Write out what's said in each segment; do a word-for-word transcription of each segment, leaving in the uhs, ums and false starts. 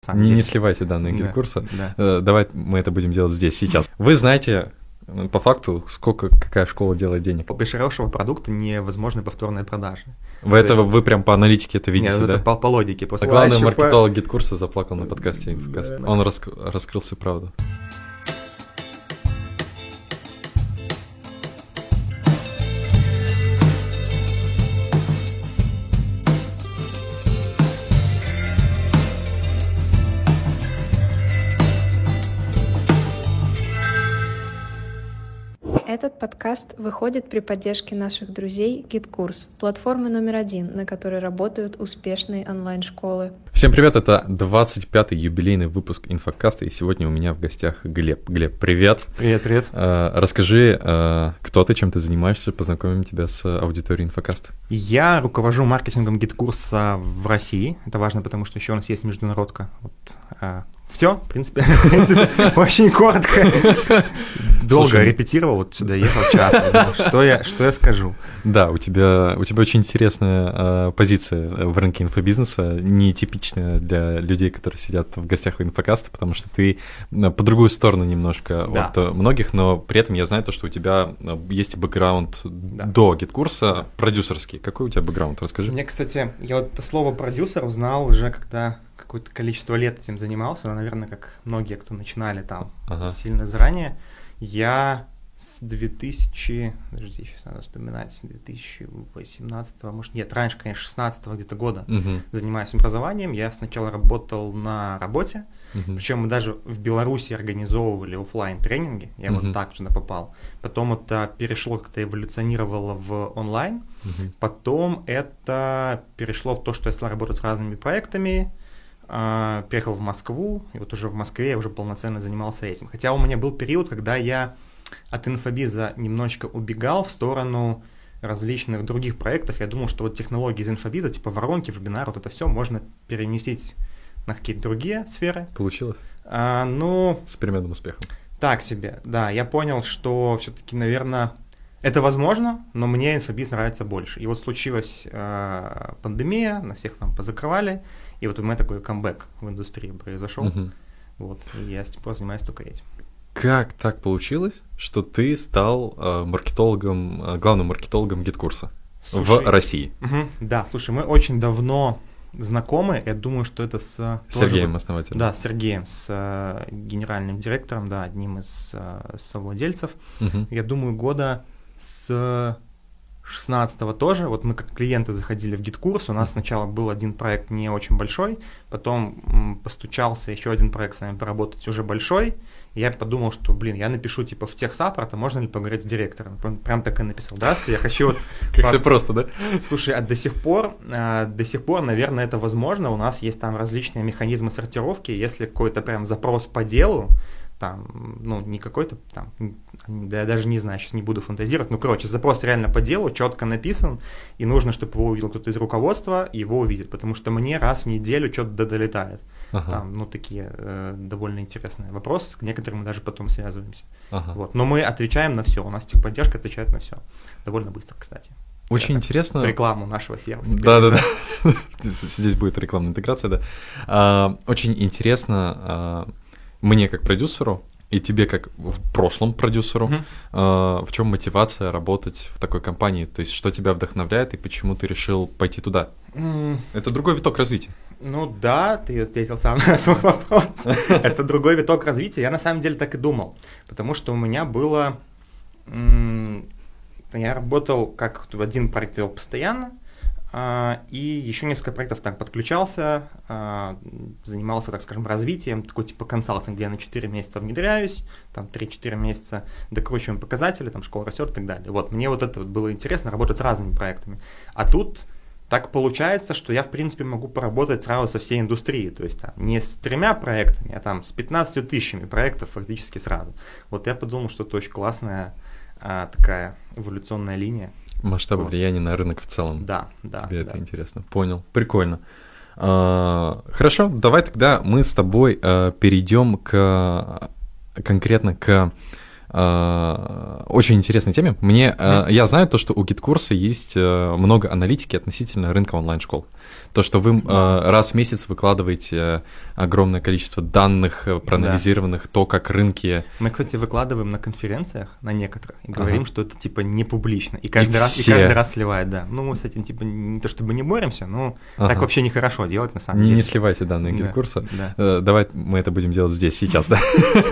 Не, не сливайте данные гид-курса. Да, да. Давай мы это будем делать здесь, сейчас. Вы знаете, по факту, сколько какая школа делает денег? Без хорошего продукта невозможны повторные продажи. Вы, это, есть... вы прям по аналитике это видите, Нет, да? это по, по логике. После... Главный маркетолог по... гид-курса заплакал на подкасте Инфокаст. Да, Он да. Рас... раскрыл всю правду. Этот подкаст выходит при поддержке наших друзей GitKurs, платформы номер один, на которой работают успешные онлайн-школы. Всем привет, это двадцать пятый юбилейный выпуск Инфокаста, и сегодня у меня в гостях Глеб. Глеб, привет. Привет, привет. А, расскажи, а, кто ты, чем ты занимаешься, познакомим тебя с аудиторией Инфокаста. Я руковожу маркетингом GitKurs в России, это важно, потому что еще у нас есть международка. Вот, а... Все, в принципе, в принципе, очень коротко. Долго Слушай, репетировал, вот сюда ехал час. Что я, что я скажу? Да, у тебя, у тебя очень интересная э, позиция в рынке инфобизнеса, нетипичная для людей, которые сидят в гостях у Инфокаста, потому что ты по другую сторону немножко да. от многих, но при этом я знаю то, что у тебя есть бэкграунд да. до гид-курса да. продюсерский. Какой у тебя бэкграунд? Расскажи. Мне, кстати, я вот это слово продюсер узнал уже, когда какое-то количество лет этим занимался, но, наверное, как многие, кто начинали там ага. сильно заранее. Я с две тысячи, подожди, сейчас надо вспоминать, две тысячи восемнадцатого, может, нет, раньше, конечно, шестнадцатого где-то года угу. занимаюсь образованием. Я сначала работал на работе, угу. причем мы даже в Беларуси организовывали офлайн тренинги, я угу. вот так туда попал. Потом это перешло, как-то эволюционировало в онлайн, угу. потом это перешло в то, что я стал работать с разными проектами, переехал в Москву, и вот уже в Москве я уже полноценно занимался этим. Хотя у меня был период, когда я от инфобиза немножечко убегал в сторону различных других проектов. Я думал, что вот технологии из инфобиза, типа воронки, вебинар, вот это все можно переместить на какие-то другие сферы. Получилось? А, ну... С переменным успехом. Так себе, да. Я понял, что все-таки, наверное, это возможно, но мне инфобиз нравится больше. И вот случилась э, пандемия, нас всех там позакрывали, и вот у меня такой камбэк в индустрии произошел. Uh-huh. Вот, и я с тех пор занимаюсь только этим. Как так получилось, что ты стал э, маркетологом, э, главным маркетологом гид-курса в России? Uh-huh, да, слушай, мы очень давно знакомы. Я думаю, что это с... Сергеем, тоже, основателем. Да, с Сергеем, с э, генеральным директором, да, одним из э, совладельцев. Uh-huh. Я думаю, года с... шестнадцатого тоже, вот мы как клиенты заходили в гид-курс, у нас сначала был один проект не очень большой, потом м, постучался еще один проект с нами поработать уже большой, и я подумал, что, блин, я напишу типа в техсаппорт, а можно ли поговорить с директором? Прям так и написал, здравствуйте, я хочу... Как все просто, да? Слушай, а до сих пор, до сих пор, наверное, это возможно, у нас есть там различные механизмы сортировки, если какой-то прям запрос по делу, там, ну, не какой-то там, да, я даже не знаю, сейчас не буду фантазировать, ну, короче, запрос реально по делу, четко написан, и нужно, чтобы его увидел кто-то из руководства, и его увидит, потому что мне раз в неделю что-то долетает. Ага. Там, ну, такие э, довольно интересные вопросы, с некоторыми мы даже потом связываемся. Ага. Вот. Но мы отвечаем на все, у нас техподдержка отвечает на все. Довольно быстро, кстати. Очень это интересно. Рекламу нашего сервиса. Да-да-да. Здесь будет рекламная интеграция, да. А, очень интересно... А... Мне как продюсеру и тебе как в прошлом продюсеру, uh-huh. э, в чем мотивация работать в такой компании? То есть что тебя вдохновляет и почему ты решил пойти туда? Mm. Это другой виток развития. Ну да, ты ответил сам на свой вопрос. Это другой виток развития. Я на самом деле так и думал, потому что у меня было... Я работал как в один проект делал постоянно, и еще несколько проектов так подключался, занимался, так скажем, развитием, такой типа консалтинг, где я на четыре месяца внедряюсь, там три-четыре месяца докручиваем показатели, там школа растет и так далее. Вот, мне вот это вот было интересно, работать с разными проектами. А тут так получается, что я, в принципе, могу поработать сразу со всей индустрией, то есть там, не с тремя проектами, а там с пятнадцатью тысячами проектов фактически сразу. Вот я подумал, что это очень классная а, такая эволюционная линия. Масштабы вот. Влияния на рынок в целом. Да, да. Тебе да. это интересно. Понял. Прикольно. А, хорошо, давай тогда мы с тобой а, перейдем к конкретно к а, очень интересной теме. Мне, mm. а, я знаю то, что у гид-курса есть а, много аналитики относительно рынка онлайн-школ. То, что вы да. раз в месяц выкладываете огромное количество данных, проанализированных, да. то, как рынки... Мы, кстати, выкладываем на конференциях, на некоторых, и говорим, ага. что это типа не публично. И каждый, и раз, и каждый раз сливает, да. Ну, мы с этим типа не то чтобы не боремся, но ага. так вообще нехорошо делать на самом не, деле. Не сливайте данные гид-курса. Да. Да. Давай мы это будем делать здесь, сейчас, да?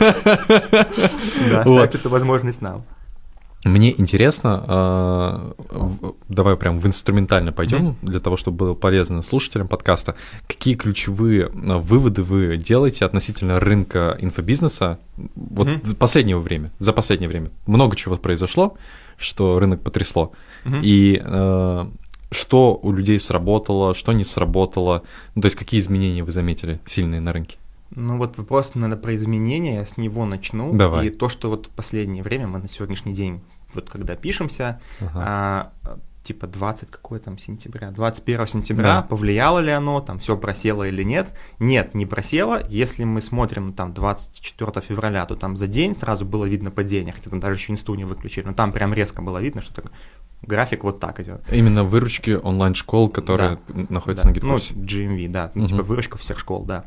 Да, оставьте эту возможность нам. Мне интересно, давай прям в инструментально пойдем, mm-hmm. для того, чтобы было полезно слушателям подкаста. Какие ключевые выводы вы делаете относительно рынка инфобизнеса вот mm-hmm. последнего времени, за последнее время? Много чего произошло, что рынок потрясло. Mm-hmm. И э, что у людей сработало, что не сработало, ну, то есть какие изменения вы заметили сильные на рынке? Ну вот вопрос, наверное, про изменения, я с него начну. Давай. И то, что вот в последнее время, мы на сегодняшний день, вот когда пишемся, ага. а, типа двадцать какое там сентября, двадцать первого сентября, да. повлияло ли оно, там все просело или нет? Нет, не просело. Если мы смотрим там двадцать четвёртого февраля, то там за день сразу было видно падение, хотя там даже еще инсту не выключили, но там прям резко было видно, что так, график вот так идет. Именно выручки онлайн-школ, которые да. находятся да. на гид-курсе. Ну, джи эм ви, да, ну, угу. типа выручка всех школ, да.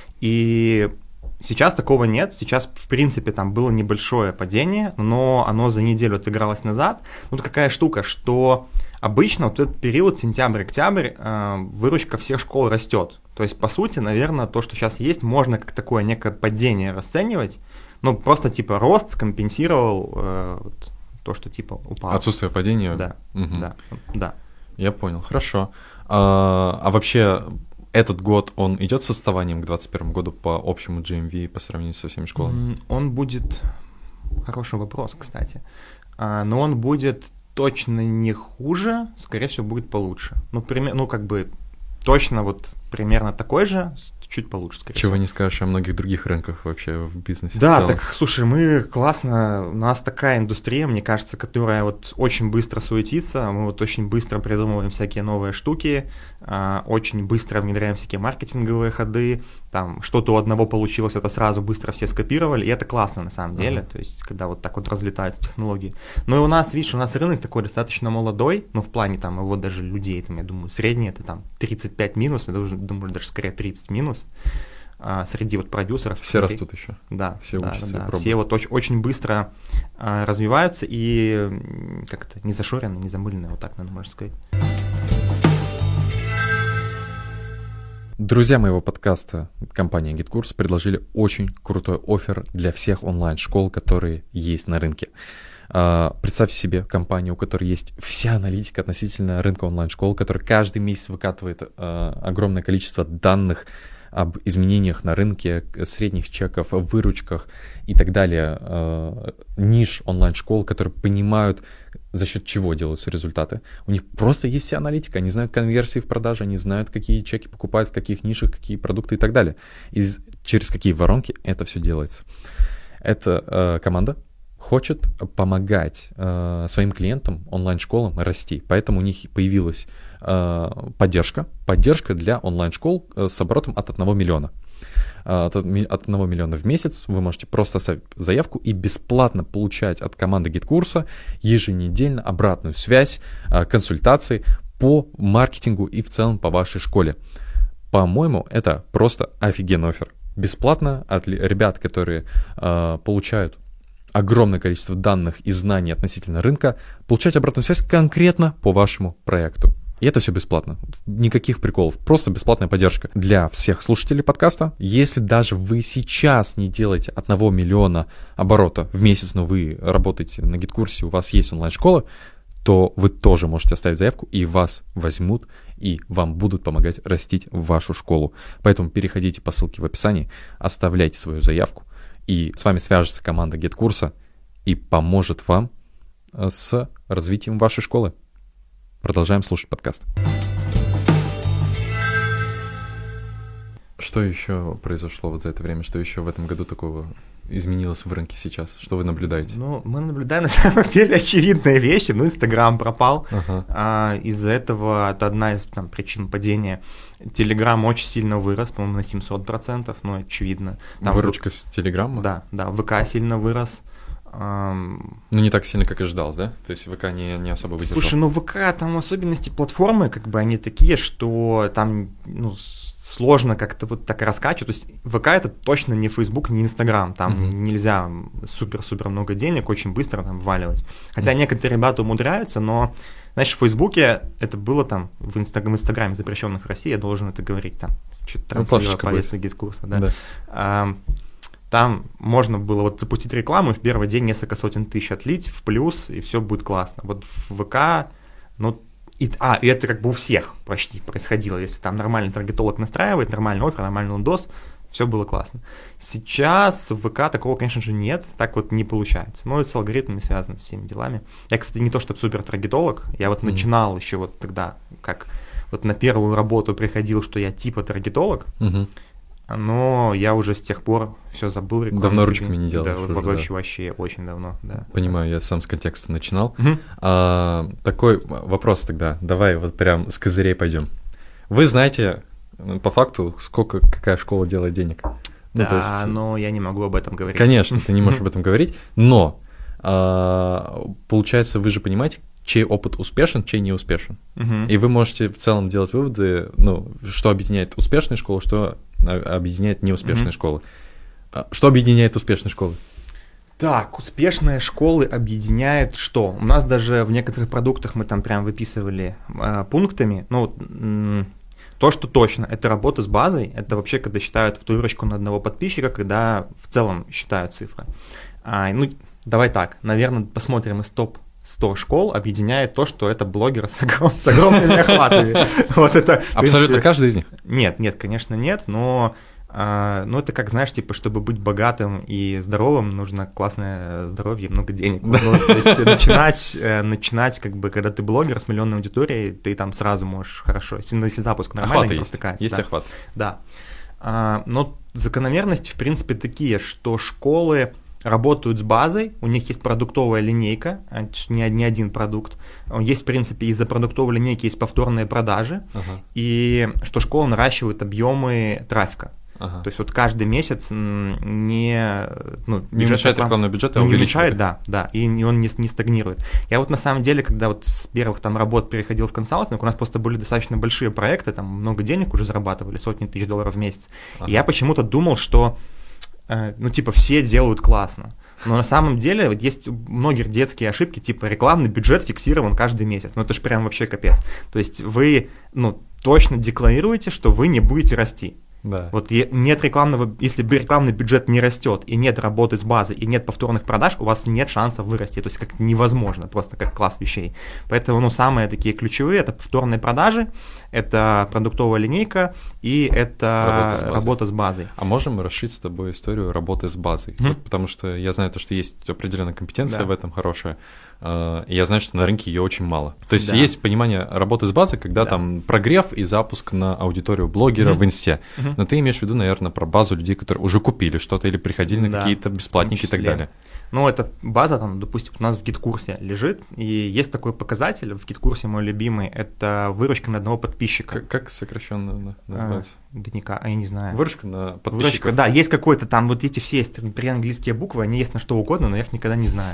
И сейчас такого нет, сейчас, в принципе, там было небольшое падение, но оно за неделю отыгралось назад. Ну, тут какая штука, что обычно вот этот период, сентябрь-октябрь, выручка всех школ растет. То есть, по сути, наверное, то, что сейчас есть, можно как такое некое падение расценивать, ну, просто типа рост скомпенсировал э, вот, то, что типа упало. Отсутствие падения? Да, угу. да, да. Я понял, хорошо. А, а вообще... Этот год, он идет с отставанием к двадцать первому году по общему джи эм ви по сравнению со всеми школами? Он будет... Хороший вопрос, кстати. Но он будет точно не хуже, скорее всего, будет получше. Ну, пример... ну как бы точно вот примерно такой же, чуть получше, скорее Чего всего. не скажешь о многих других рынках вообще в бизнесе? Да, в так, слушай, мы классно, у нас такая индустрия, мне кажется, которая вот очень быстро суетится, мы вот очень быстро придумываем всякие новые штуки, очень быстро внедряем всякие маркетинговые ходы, там что-то у одного получилось, это сразу быстро все скопировали, и это классно на самом деле, uh-huh. то есть когда вот так вот разлетаются технологии. Но и у нас, видишь, у нас рынок такой достаточно молодой, ну в плане там его даже людей, там, я думаю, средний это там тридцать пять минус, я думаю, даже скорее тридцать минус. А, среди вот продюсеров. Все смотри. Растут еще. Да, все да, учатся да, и пробуют. Все вот очень, очень быстро а, развиваются и как-то не зашоренные, не замыленные, вот так, наверное, можно сказать. Друзья моего подкаста, компания гид-курс, предложили очень крутой оффер для всех онлайн-школ, которые есть на рынке. Uh, представьте себе компанию, у которой есть вся аналитика относительно рынка онлайн-школ, которая каждый месяц выкатывает uh, огромное количество данных об изменениях на рынке, средних чеков, выручках и так далее, uh, ниш онлайн-школ, которые понимают, за счет чего делаются результаты. У них просто есть вся аналитика, они знают конверсии в продаже, они знают, какие чеки покупают, в каких нишах, какие продукты и так далее. И через какие воронки это все делается. Это uh, команда хочет помогать э, своим клиентам, онлайн-школам расти. Поэтому у них появилась э, поддержка, поддержка для онлайн-школ э, с оборотом от одного миллиона. Э, от, от одного миллиона в месяц вы можете просто оставить заявку и бесплатно получать от команды гид-курса еженедельно обратную связь, э, консультации по маркетингу и в целом по вашей школе. По-моему, это просто офигенный оффер. Бесплатно от ребят, которые э, получают огромное количество данных и знаний относительно рынка, получать обратную связь конкретно по вашему проекту. И это все бесплатно. Никаких приколов. Просто бесплатная поддержка для всех слушателей подкаста. Если даже вы сейчас не делаете одного миллиона оборота в месяц, но вы работаете на гид-курсе, у вас есть онлайн-школа, то вы тоже можете оставить заявку, и вас возьмут, и вам будут помогать растить вашу школу. Поэтому переходите по ссылке в описании, оставляйте свою заявку, и с вами свяжется команда гид-курса и поможет вам с развитием вашей школы. Продолжаем слушать подкаст. Что еще произошло вот за это время? Что еще в этом году такого изменилось в рынке сейчас? Что вы наблюдаете? Ну, мы наблюдаем на самом деле очевидные вещи. Ну, Инстаграм пропал. Ага. А, из-за этого это одна из там, причин падения. Телеграм очень сильно вырос, по-моему, на семьсот процентов, ну, очевидно. Там выручка в... с Телеграма? Да, да, ВК сильно вырос. Ну, не так сильно, как и ждалось, да? То есть ВК не, не особо выдержал. Слушай, ну ВК, там особенности платформы, как бы они такие, что там, ну, сложно как-то вот так раскачивать. То есть ВК это точно не Facebook, не Instagram. Там mm-hmm. нельзя супер-супер много денег очень быстро там вваливать. Хотя mm-hmm. некоторые ребята умудряются, но, знаешь, в Фейсбуке это было там в, инстаг... в Инстаграме запрещенных в России, я должен это говорить там. Что-то транслировать по повестке гид-курса, да. да. А, там можно было вот запустить рекламу и в первый день несколько сотен тысяч отлить в плюс, и все будет классно. Вот в ВК, ну, и, а, и это как бы у всех почти происходило. Если там нормальный таргетолог настраивает, нормальный оффер, нормальный лендос, все было классно. Сейчас в ВК такого, конечно же, нет, так вот не получается. Но это с алгоритмами связано, с всеми делами. Я, кстати, не то чтобы супер таргетолог, я вот mm-hmm. начинал еще вот тогда, как вот на первую работу приходил, что я типа таргетолог, mm-hmm. но я уже с тех пор все забыл. Давно ручками не делал. Да, вообще, да. вообще очень давно, да. Понимаю, я сам с контекста начинал. Угу. А, такой вопрос тогда, давай вот прям с козырей пойдем. Вы знаете, по факту, сколько какая школа делает денег? Ну, да, есть... но я не могу об этом говорить. Конечно, ты не можешь об этом говорить, но а, получается, вы же понимаете, чей опыт успешен, чей не успешен. Uh-huh. И вы можете в целом делать выводы, ну, что объединяет успешные школы, что объединяет неуспешные uh-huh. школы. Что объединяет успешные школы? Так, успешные школы объединяет что? У нас даже в некоторых продуктах мы там прям выписывали э, пунктами. Ну, м- то, что точно, это работа с базой, это вообще, когда считают в выручку на одного подписчика, когда в целом считают цифры. А, ну, давай так, наверное, посмотрим из топ сто школ объединяет то, что это блогеры с, огром, с огромными охватами. Вот это, абсолютно принципе, каждый из них? Нет, нет, конечно, нет, но а, ну, это как, знаешь, типа, чтобы быть богатым и здоровым, нужно классное здоровье и много денег. Ну, то есть начинать, начинать, как бы, когда ты блогер с миллионной аудиторией, ты там сразу можешь хорошо, если запуск нормальный, просто катится. Есть охват. Да. А, но закономерности, в принципе, такие, что школы работают с базой, у них есть продуктовая линейка, не, не один продукт. Есть, в принципе, из-за продуктовой линейки есть повторные продажи, ага. и что школа наращивает объемы трафика. Ага. То есть вот каждый месяц не... Ну, не уменьшает рекламный бюджет, а увеличивает. Да, да, и он не, не стагнирует. Я вот на самом деле, когда вот с первых там работ переходил в консалтинг, у нас просто были достаточно большие проекты, там много денег уже зарабатывали, сотни тысяч долларов в месяц. Ага. И я почему-то думал, что ну, типа, все делают классно. Но на самом деле вот есть многие детские ошибки, типа рекламный бюджет фиксирован каждый месяц. Ну, это же прям вообще капец. То есть вы, ну, точно декларируете, что вы не будете расти. Да. Вот нет рекламного, если рекламный бюджет не растет, и нет работы с базой, и нет повторных продаж, у вас нет шансов вырасти. То есть как невозможно, просто как класс вещей. Поэтому, ну, самые такие ключевые – это повторные продажи, это продуктовая линейка и это работа с, работа с базой. А можем мы расшить с тобой историю работы с базой? Mm-hmm. Вот, потому что я знаю то, что есть определенная компетенция да. в этом хорошая, и я знаю, что на рынке ее очень мало. То есть да. есть понимание работы с базой, когда да. там прогрев и запуск на аудиторию блогера mm-hmm. в инсте. Mm-hmm. Но ты имеешь в виду, наверное, про базу людей, которые уже купили что-то или приходили на да, какие-то бесплатники и так далее. Ну, эта база, там, допустим, у нас в гид-курсе лежит, и есть такой показатель, в гид-курсе мой любимый, это выручка на одного подписчика. Как, как сокращенно называется? А, да никак, а я не знаю. Выручка на подписчика. Выручка, да, есть какой-то там, вот эти все есть преанглийские буквы, они есть на что угодно, но я их никогда не знаю.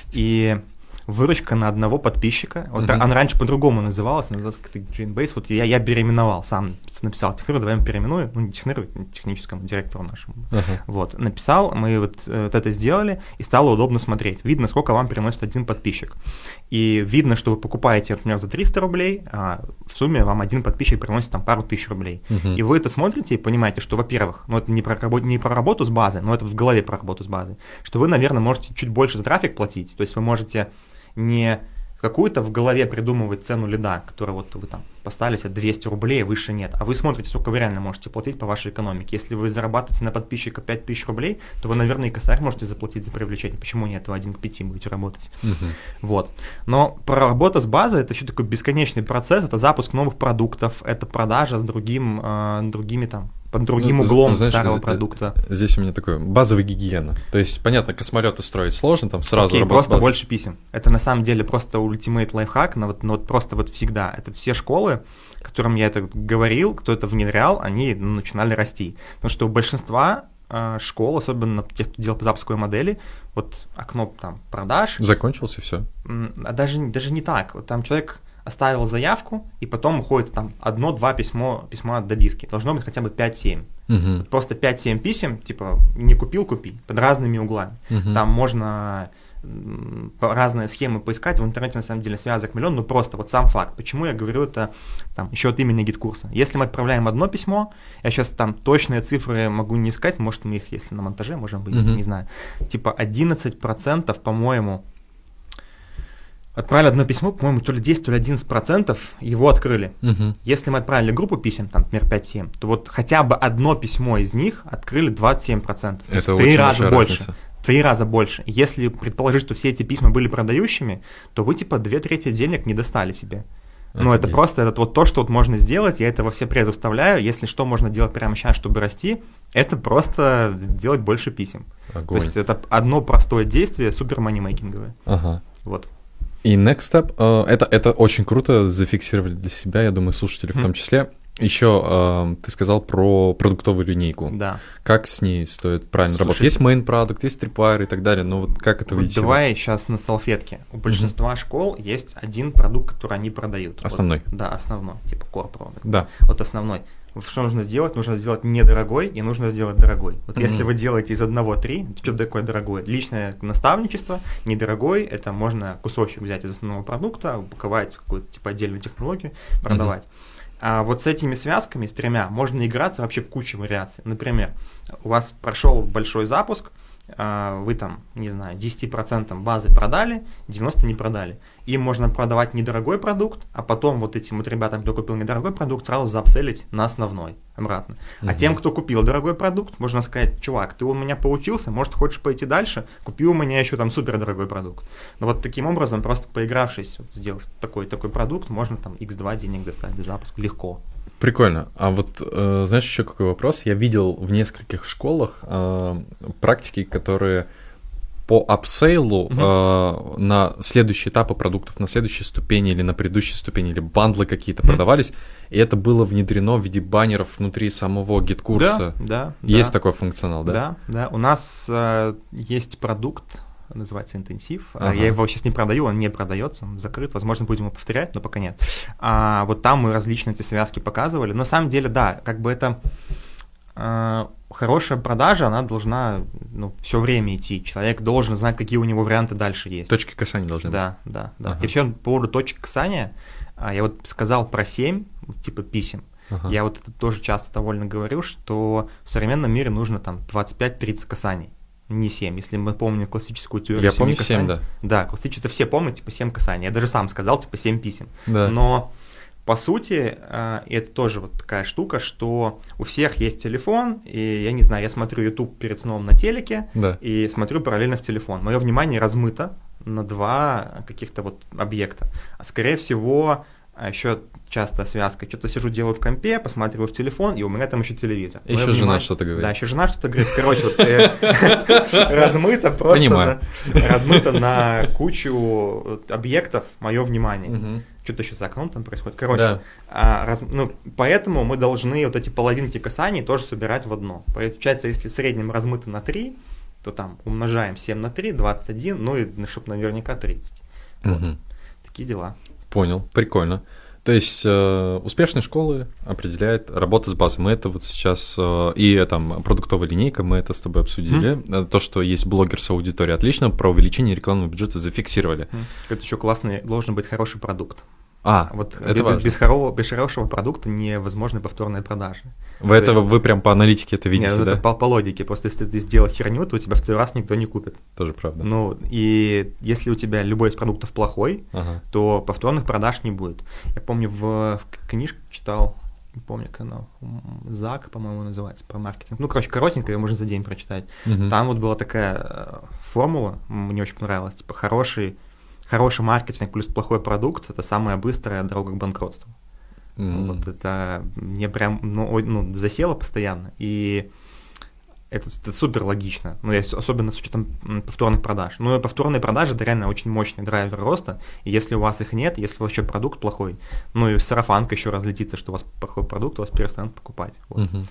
И выручка на одного подписчика. Вот uh-huh. она раньше по-другому называлась, называлась как-то Genbase. Вот я, я переименовал, сам написал технарю, давай мы переименуем, ну не технарю, техническому директору нашему. Uh-huh. Вот, написал, мы вот, вот это сделали, и стало удобно смотреть. Видно, сколько вам приносит один подписчик. И видно, что вы покупаете, например, за триста рублей, а в сумме вам один подписчик приносит там пару тысяч рублей. Uh-huh. И вы это смотрите и понимаете, что, во-первых, ну это не про, не про работу с базой, но это в голове про работу с базой, что вы, наверное, можете чуть больше за трафик платить, то есть вы можете не какую-то в голове придумывать цену лида, которую вот вы там поставили себе двести рублей, выше нет, а вы смотрите, сколько вы реально можете платить по вашей экономике. Если вы зарабатываете на подписчика пять тысяч рублей, то вы, наверное, и косарь можете заплатить за привлечение. Почему нет? Вы один к пяти будете работать. Uh-huh. Вот. Но про работу с базой – это еще такой бесконечный процесс, это запуск новых продуктов, это продажа с другим, э, другими там, под другим ну, углом знаешь, старого здесь, продукта. Здесь у меня такой базовый гигиена. То есть, понятно, космолеты строить сложно, там сразу Окей, работать просто больше писем. Это на самом деле просто ультимейт лайфхак, но вот, но вот просто вот всегда. Это все школы, которым я это говорил, кто это внедрял, они ну, начинали расти. Потому что у большинства э, школ, особенно тех, кто делал по запусковой модели, вот окно там продаж. Закончилось и все. А даже, даже не так. Вот там человек оставил заявку, и потом уходит там одно-два письмо, письма от добивки. Должно быть хотя бы пять-семь. Угу. Вот просто пять-семь писем, типа, не купил, купи, под разными углами. Угу. Там можно разные схемы поискать, в интернете на самом деле связок миллион, но просто вот сам факт. Почему я говорю это там, еще от имени гид-курса? Если мы отправляем одно письмо, я сейчас там точные цифры могу не искать, может мы их, если на монтаже можем вывести, mm-hmm. не знаю, типа одиннадцать процентов, по-моему, отправили одно письмо, по-моему, то ли десять, то ли одиннадцать процентов его открыли. Uh-huh. Если мы отправили группу писем, там, например, пять-семь, то вот хотя бы одно письмо из них открыли двадцать семь процентов. Это в три раза больше. Разница. Три раза больше. Если предположить, что все эти письма были продающими, то вы типа две трети денег не достали себе. Uh-huh. Ну, это просто это вот то, что вот можно сделать. Я это во все презы вставляю. Если что можно делать прямо сейчас, чтобы расти, это просто делать больше писем. Огонь. То есть это одно простое действие, супер манимейкинговое. Ага. Вот. И next step, uh, это, это очень круто зафиксировали для себя, я думаю, слушатели в том числе. Еще uh, ты сказал про продуктовую линейку. Да. Как с ней стоит правильно Слушай, работать? Есть main product, есть tripwire и так далее, но вот как это вот видите? Давай сейчас на салфетке. У большинства mm-hmm. школ есть один продукт, который они продают. Основной. Вот, да, основной, типа core product. Да. Вот основной. Что нужно сделать? Нужно сделать недорогой и нужно сделать дорогой. Вот mm-hmm. если вы делаете из одного три, что такое дорогое? Личное наставничество, недорогой, это можно кусочек взять из основного продукта, упаковать в какую-то типа отдельную технологию, продавать. Mm-hmm. А вот с этими связками, с тремя, можно играться вообще в кучу вариаций. Например, у вас прошел большой запуск, вы там, не знаю, десять процентов базы продали, девяносто процентов не продали. Им можно продавать недорогой продукт, а потом вот этим вот ребятам, кто купил недорогой продукт, сразу заапселить на основной обратно. Uh-huh. А тем, кто купил дорогой продукт, можно сказать: чувак, ты у меня поучился, может, хочешь пойти дальше, купи у меня еще там супер дорогой продукт. Но вот таким образом, просто поигравшись, вот, сделав такой, такой продукт, можно там икс два денег достать за запуск легко. Прикольно. А вот э, знаешь, еще какой вопрос? Я видел в нескольких школах э, практики, которые по апсейлу uh-huh. э, на следующие этапы продуктов, на следующей ступени или на предыдущей ступени, или бандлы какие-то uh-huh. продавались, и это было внедрено в виде баннеров внутри самого гид-курса. Да, да. Есть да. такой функционал, да? Да, да. У нас э, есть продукт, называется интенсив. Ага. Я его сейчас не продаю, он не продается, он закрыт. Возможно, будем его повторять, но пока нет. А, вот там мы различные эти связки показывали. На самом деле, да, как бы это э, хорошая продажа, она должна ну, все время идти. Человек должен знать, какие у него варианты дальше есть. Точки касания должны да, быть. Да, да, да. Ага. И вообще по поводу точек касания, я вот сказал про семь, типа писем. Ага. Я вот это тоже часто довольно говорю, что в современном мире нужно там двадцать пять тридцать касаний. Не семь, если мы помним классическую теорию. Я помню семь, да. Да, классически все помнят, типа семь касаний. Я даже сам сказал, типа семь писем. Да. Но по сути, это тоже вот такая штука, что у всех есть телефон, и я не знаю, я смотрю YouTube перед сном на телеке, да. и смотрю параллельно в телефон. Мое внимание размыто на два каких-то вот объекта. А скорее всего, еще часто связка. Что-то сижу, делаю в компе, посматриваю в телефон, и у меня там еще телевизор. Еще внимание... жена что-то говорит. Да, еще жена что-то говорит. Короче, вот размыто просто, размыто на кучу объектов мое внимание. Что-то еще за окном там происходит. Короче, ну, поэтому мы должны вот эти половинки касаний тоже собирать в одно. Получается, если в среднем размыто на три, то там умножаем семь на три, двадцать один, ну и чтобы наверняка тридцать. Такие дела. Понял, прикольно. То есть э, успешные школы определяет работа с базой. Мы это вот сейчас, э, и там продуктовая линейка, мы это с тобой обсудили. Mm. То, что есть блогер с аудиторией, отлично, про увеличение рекламного бюджета зафиксировали. Mm. Это еще классный, должен быть хороший продукт. А, вот это без, важно. Без, хорошего, без хорошего продукта невозможны повторные продажи. Вы, это, есть... вы прям по аналитике это видите, Нет, да? это по, по логике. Просто если ты сделал херню, то у тебя второй раз никто не купит. Тоже правда. Ну, и если у тебя любой из продуктов плохой, ага. то повторных продаж не будет. Я помню, в, в книжке читал, не помню канал, Зак, по-моему, называется, про маркетинг. Ну, короче, коротенько, ее можно за день прочитать. Угу. Там вот была такая формула, мне очень понравилась, типа хороший Хороший маркетинг плюс плохой продукт – это самая быстрая дорога к банкротству. Mm. Вот это мне прям ну, ну, засело постоянно, и это, это супер логично, ну, особенно с учетом повторных продаж. Ну, и повторные продажи – это реально очень мощный драйвер роста, и если у вас их нет, если у вас еще продукт плохой, ну и сарафанка еще разлетится, что у вас плохой продукт, у вас перестанут покупать. Вот. Mm-hmm.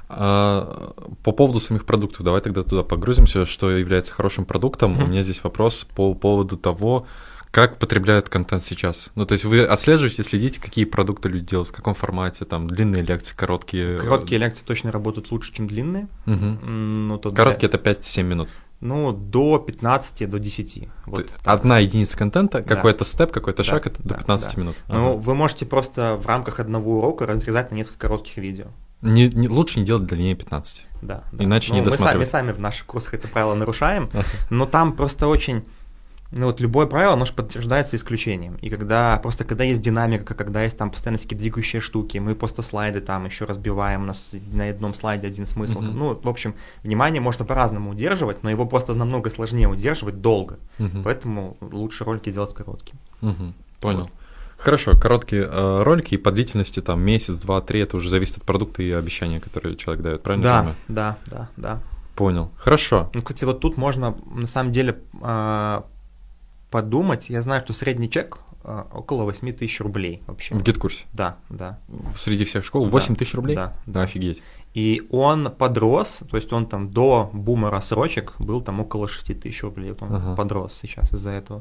А, по поводу самих продуктов, давай тогда туда погрузимся, что является хорошим продуктом. Mm-hmm. У меня здесь вопрос по поводу того, как потребляют контент сейчас. Ну, то есть вы отслеживаете, следите, какие продукты люди делают, в каком формате, там, длинные лекции, короткие? Короткие лекции точно работают лучше, чем длинные. Mm-hmm. Ну, короткие — это пять-семь минут. Ну, до пятнадцати, до десяти. Вот одна единица контента, да. Какой-то степ, какой-то да, шаг, это да, до пятнадцати да. минут. Ну, ага. Вы можете просто в рамках одного урока разрезать на несколько коротких видео. Не, не, лучше не делать длиннее пятнадцати. Да, да. Иначе ну, не досматривать. Мы сами, мы сами в наших курсах это правило нарушаем, но там просто очень... Ну вот любое правило, оно же подтверждается исключением. И когда просто когда есть динамика, когда есть там постоянно всякие двигающие штуки, мы просто слайды там еще разбиваем, у нас на одном слайде один смысл. Mm-hmm. Ну, в общем, внимание можно по-разному удерживать, но его просто намного сложнее удерживать долго. Mm-hmm. Поэтому лучше ролики делать короткие. Mm-hmm. Понял. Вот. Хорошо, короткие э, ролики и по длительности там месяц, два, три, это уже зависит от продукта и обещания, которые человек дает, правильно? Да, понимаю? да, да, да. Понял. Хорошо. Ну, кстати, вот тут можно на самом деле э, подумать. Я знаю, что средний чек э, около восемь тысяч рублей вообще. В гид-курсе? Да, да. Среди всех школ восемь тысяч рублей? Да, да. Офигеть. И он подрос, то есть он там до бума рассрочек был там около шесть тысяч рублей. Вот он ага. подрос сейчас из-за этого.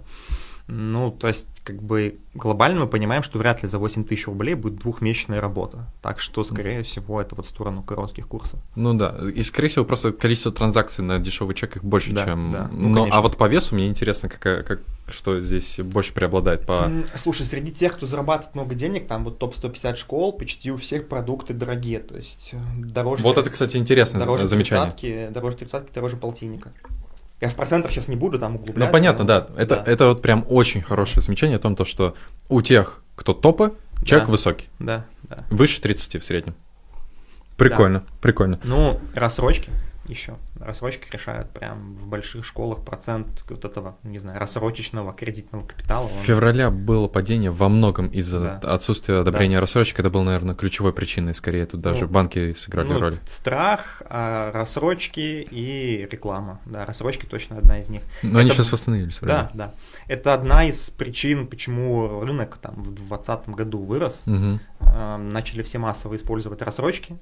Ну, то есть, как бы глобально мы понимаем, что вряд ли за восемь тысяч рублей будет двухмесячная работа. Так что, скорее всего, это вот в сторону коротких курсов. Ну да, и, скорее всего, просто количество транзакций на дешевый чек их больше, да, чем... Да, ну, Но, а вот по весу мне интересно, какая, как, что здесь больше преобладает по... Слушай, среди тех, кто зарабатывает много денег, там вот топ сто пятьдесят школ, почти у всех продукты дорогие, то есть дороже... Вот это, кстати, интересное дороже замечание. тридцатки, дороже тридцатки, дороже полтинника. Я в процентах сейчас не буду там углубляться. Ну, понятно, но... да. Это, да. это вот прям очень хорошее замечание о том, то, что у тех, кто топы, чек да. высокий. Да, да. Выше тридцати в среднем. Прикольно, да. прикольно. Ну, рассрочки еще. Рассрочки решают прям в больших школах процент вот этого, не знаю, рассрочечного кредитного капитала. В феврале было падение во многом из-за да. отсутствия одобрения да. рассрочек. Это было, наверное, ключевой причиной, скорее. Тут даже ну, банки сыграли ну, роль. Страх, рассрочки и реклама. Да, рассрочки точно одна из них. Но это... они сейчас восстановились. Да, да. Это одна из причин, почему рынок там в двадцатом году вырос. Угу. Начали все массово использовать рассрочки.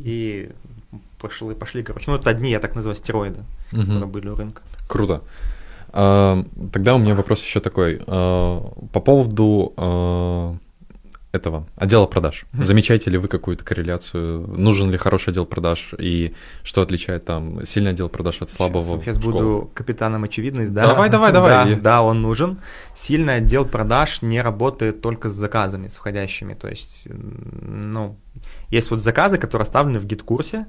И пошли, пошли, короче, ну это одни, я так называю, стероиды, угу. которые были у рынка. Круто. А, тогда у меня вопрос еще такой. А, по поводу а, этого отдела продаж. Mm-hmm. Замечаете ли вы какую-то корреляцию? Нужен ли хороший отдел продаж? И что отличает там сильный отдел продаж от слабого? Сейчас, сейчас буду капитаном очевидность. Да? Давай, давай, давай. Да, да, он нужен. Сильный отдел продаж не работает только с заказами, с входящими. То есть, ну, есть вот заказы, которые оставлены в гид-курсе,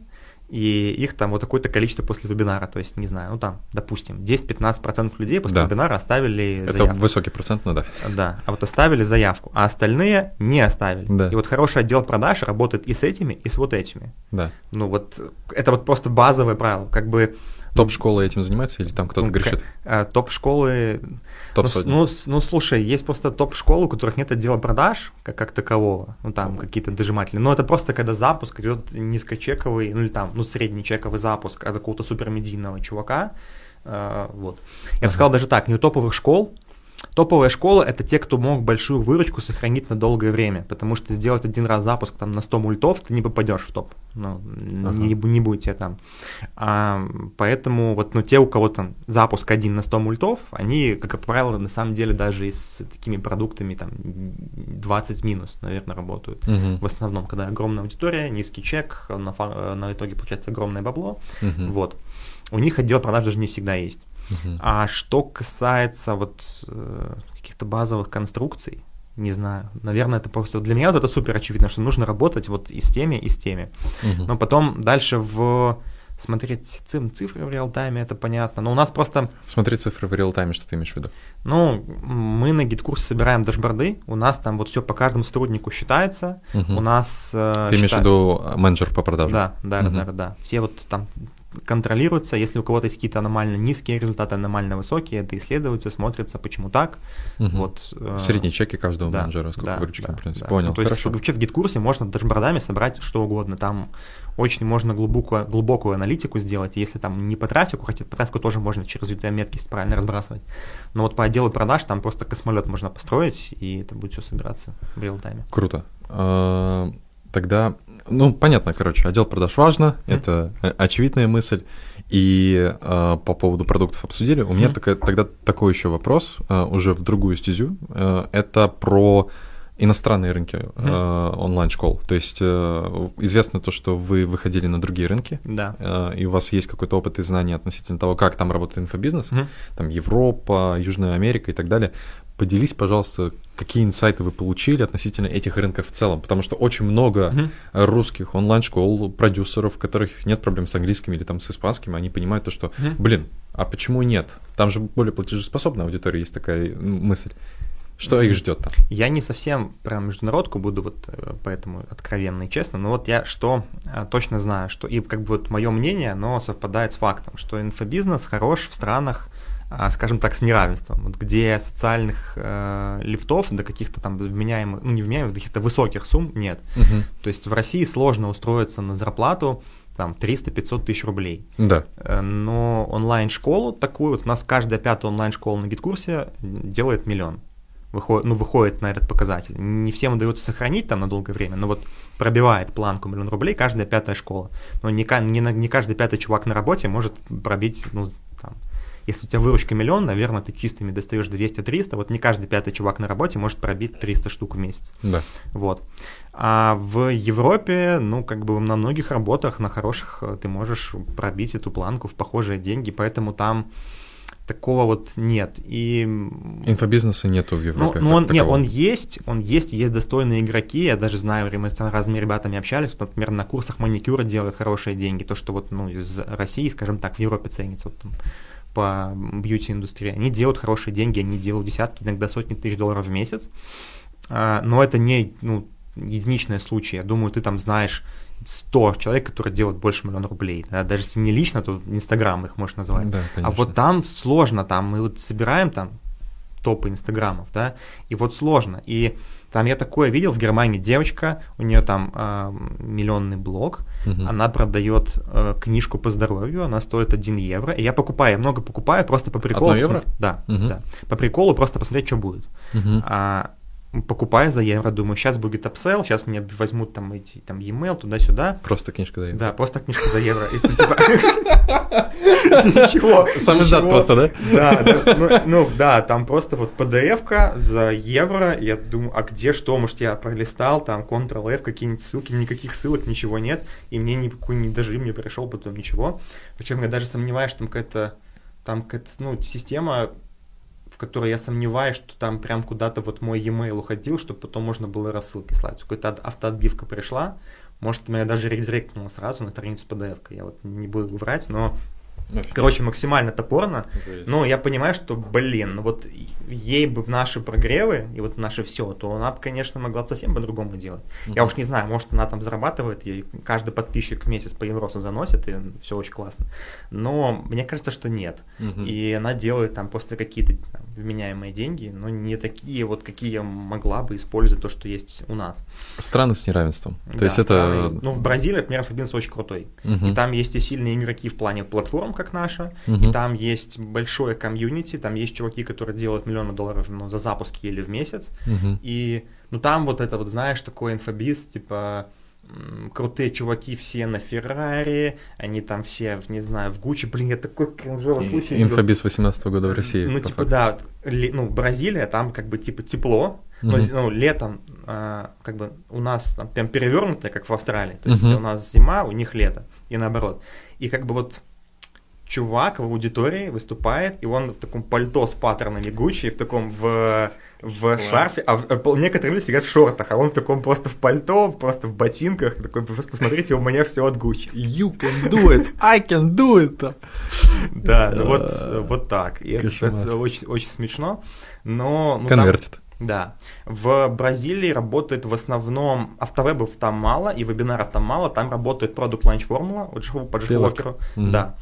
и их там вот такое-то количество после вебинара, то есть, не знаю, ну там, допустим, десять-пятнадцать процентов людей после да. вебинара оставили Это заявку. Это высокий процент, ну да. Да, а вот оставили заявку, а остальные не оставили. Да. И вот хороший отдел продаж работает и с этими, и с вот этими. Да. Ну вот, это вот просто базовое правило, как бы... Топ-школы этим занимаются или там кто-то ну, грешит? К- топ-школы... топ ну, ну, ну, слушай, есть просто топ-школы, у которых нет отдела продаж, как, как такового, ну, там какие-то дожиматели. Но это просто когда запуск идет низкочековый, ну, или там, ну, среднечековый запуск от какого-то супермедийного чувака, э, вот. Я бы ага. сказал даже так, не у топовых школ. Топовая школа — это те, кто мог большую выручку сохранить на долгое время, потому что сделать один раз запуск там на сто мультов, ты не попадешь в топ, ну, ага. не, не будете там. А, поэтому вот, ну, те, у кого там запуск один на сто мультов, они, как правило, на самом деле даже и с такими продуктами там двадцать минус, наверное, работают. Угу. В основном, когда огромная аудитория, низкий чек, на, на итоге получается огромное бабло, угу. вот. У них отдел продаж даже не всегда есть. Uh-huh. А что касается вот э, каких-то базовых конструкций, не знаю, наверное, это просто для меня вот это супер очевидно, что нужно работать вот и с теми, и с теми. Uh-huh. Но потом дальше в смотреть цифры в реал-тайме, это понятно. Но у нас просто... Смотреть цифры в реал-тайме, что ты имеешь в виду? Ну, мы на гид-курсе собираем дашборды, у нас там вот все по каждому сотруднику считается, uh-huh. у нас... Э, ты имеешь счита... в виду менеджеров по продажам? Да, да, uh-huh. да, да, да. Все вот там... контролируется, если у кого-то есть какие-то аномально низкие результаты, аномально высокие, это исследуется, смотрится, почему так. Угу. Вот, средние чеки каждого да, менеджера, сколько да, выручки, да, в принципе. Да. Понял, ну, то есть хорошо. вообще в гид-курсе можно дашбордами собрать что угодно, там очень можно глубокую, глубокую аналитику сделать, если там не по трафику, хотя по трафику тоже можно через ю ти эм-метки правильно разбрасывать, но вот по отделу продаж там просто космолет можно построить, и это будет все собираться в реал-тайме. Круто. Тогда, ну, понятно, короче, отдел продаж важно, mm-hmm. это очевидная мысль. И э, по поводу продуктов обсудили. У mm-hmm. меня так, тогда такой еще вопрос, э, уже в другую стезю. Э, это про иностранные рынки э, mm-hmm. онлайн-школ. То есть э, известно то, что вы выходили на другие рынки, да. э, и у вас есть какой-то опыт и знания относительно того, как там работает инфобизнес, mm-hmm. там Европа, Южная Америка и так далее. Поделись, пожалуйста, какие инсайты вы получили относительно этих рынков в целом, потому что очень много mm-hmm. русских онлайн-школ, продюсеров, у которых нет проблем с английским или там с испанским, они понимают то, что, mm-hmm. блин, а почему нет? Там же более платежеспособная аудитория, есть такая мысль. Что mm-hmm. их ждет там? Я не совсем про международку буду, вот поэтому откровенно и честно, но вот я что точно знаю, что и как бы вот мое мнение, оно совпадает с фактом, что инфобизнес хорош в странах, скажем так, с неравенством, вот где социальных э, лифтов до каких-то там вменяемых, ну не вменяемых, до каких-то высоких сумм нет. Uh-huh. То есть в России сложно устроиться на зарплату там триста-пятьсот тысяч рублей. Да. Но онлайн-школу такую, вот у нас каждая пятая онлайн-школа на гид-курсе делает миллион. Выходит, ну, выходит на этот показатель. Не всем удается сохранить там на долгое время, но вот пробивает планку миллион рублей каждая пятая школа. Но не, не, не каждый пятый чувак на работе может пробить, ну, там, если у тебя выручка миллион, наверное, ты чистыми достаешь двести-триста, вот не каждый пятый чувак на работе может пробить триста штук в месяц. Да. Вот. А в Европе, ну, как бы на многих работах, на хороших, ты можешь пробить эту планку в похожие деньги, поэтому там такого вот нет. И... инфобизнеса нету в Европе. Ну, ну он, нет, он есть, он есть, есть достойные игроки, я даже знаю, мы с разными ребятами общались, вот, например, на курсах маникюра делают хорошие деньги, то, что вот, ну, из России, скажем так, в Европе ценится, вот, там, по бьюти-индустрии, они делают хорошие деньги, они делают десятки, иногда сотни тысяч долларов в месяц, но это не, ну, единичные случаи, я думаю, ты там знаешь сто человек, которые делают больше миллиона рублей, да? Даже если не лично, то Инстаграм их можешь назвать, да, а вот там сложно, там мы вот собираем там топы инстаграмов, да, и вот сложно, и там я такое видел в Германии, девочка, у нее там э, миллионный блог, uh-huh. она продает э, книжку по здоровью, она стоит один евро, и я покупаю, я много покупаю, просто по приколу. Одно евро? Да, uh-huh. да, по приколу просто посмотреть, что будет. Uh-huh. А, покупаю за евро, думаю, сейчас будет апсейл, сейчас мне возьмут там эти, там, e-mail, туда-сюда. Просто книжка за евро. Да, просто книжка за евро. Ничего. Сам издат просто, да? Да, ну да, там просто вот пи ди эф-ка за евро, я думаю, а где что, может я пролистал, там контрол-эф, какие-нибудь ссылки, никаких ссылок, ничего нет, и мне никакой не дожим не пришел потом ничего. Причем я даже сомневаюсь, что там какая-то, там какая-то, ну, система, в которой я сомневаюсь, что там прям куда-то вот мой e-mail уходил, чтобы потом можно было рассылки слать. Какая-то автоотбивка пришла, может, меня даже редиректнуло сразу на страницу пи ди эф-ка, я вот не буду врать, но, короче, максимально топорно, но я понимаю, что, блин, ну вот ей бы наши прогревы и вот наше все, то она бы, конечно, могла бы совсем по-другому делать. Uh-huh. Я уж не знаю, может, она там зарабатывает, ей каждый подписчик в месяц по евросу заносит, и все очень классно. Но мне кажется, что нет. Uh-huh. И она делает там просто какие-то там вменяемые деньги, но не такие вот, какие могла бы использовать то, что есть у нас. Страны с неравенством. То да, есть это... Ну, в Бразилии, например, инфобизнес очень крутой. Uh-huh. И там есть и сильные игроки в плане платформ, как наша, uh-huh. и там есть большое комьюнити, там есть чуваки, которые делают миллионы долларов, ну, за запуски или в месяц, uh-huh. и, ну, там вот это вот, знаешь, такой инфобиз, типа, м- крутые чуваки все на Феррари, они там все, не знаю, в Гуччи, блин, я такой кринжовый случай. Инфобиз восемнадцатого года в России. Ну, типа, факту. Да, ли, ну, Бразилия, там как бы, типа, тепло, но, uh-huh. ну, летом, а, как бы, у нас там прям перевернутое, как в Австралии, то есть uh-huh. у нас зима, у них лето, и наоборот, и как бы вот чувак в аудитории выступает, и он в таком пальто с паттернами Гуччи, в таком в, в шарфе, а, в, некоторые люди сидят в шортах, а он в таком просто в пальто, просто в ботинках, такой, просто смотрите, у меня все от Гуччи. You can do it, I can do it. Да, ну вот, вот так. И это, это очень, очень смешно, но... Ну, конвертит. Да. В Бразилии работает в основном, автовебов там мало, и вебинаров там мало, там работает Product Launch Formula, вот живу по джи-локеру. Mm-hmm. Да.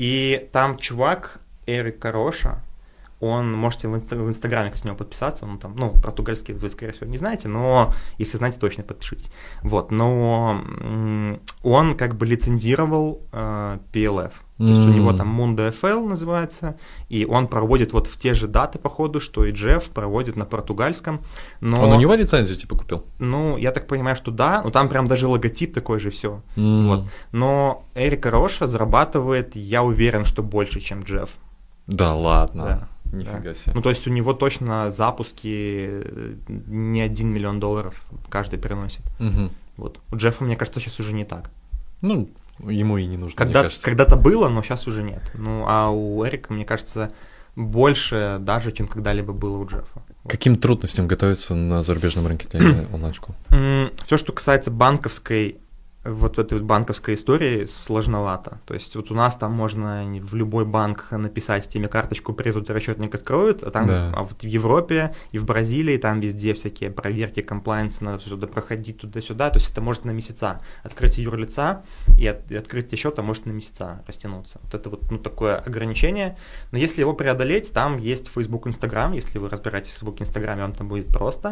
И там чувак, Эрик Кароша, он, можете в, инст- в Инстаграме с него подписаться, он там, ну, португальский вы, скорее всего, не знаете, но если знаете, точно подпишитесь. Вот, но м- он как бы лицензировал э, пи эл эф, То есть у него там Mundo эф эл называется, и он проводит вот в те же даты, походу, что и Джефф проводит на португальском. Но... Он у него лицензию типа купил? Ну, я так понимаю, что да, но там прям даже логотип такой же, все. Mm. Вот. Но Эрика Роша зарабатывает, я уверен, что больше, чем Джефф. Да ладно? Да. Нифига да. себе. Ну, то есть у него точно запуски не один миллион долларов каждый приносит. Mm-hmm. Вот. У Джеффа, мне кажется, сейчас уже не так. Ну, ему и не нужно, Когда, мне кажется. Когда-то было, но сейчас уже нет. Ну, а у Эрика, мне кажется, больше даже, чем когда-либо было у Джеффа. Каким трудностям готовиться на зарубежном рынке для онлайн-школ? Все, что касается банковской, вот этой вот банковской истории, сложновато. То есть вот у нас там можно в любой банк написать, тебе карточку придут и расчетник откроют, а там да. а вот в Европе и в Бразилии там везде всякие проверки, комплайнс, надо сюда проходить туда-сюда, то есть это может на месяца. Открытие юрлица и, от, и открытие счета может на месяца растянуться. Вот это вот ну, такое ограничение. Но если его преодолеть, там есть Facebook, Instagram, если вы разбираетесь в Facebook, Instagram, вам там будет просто.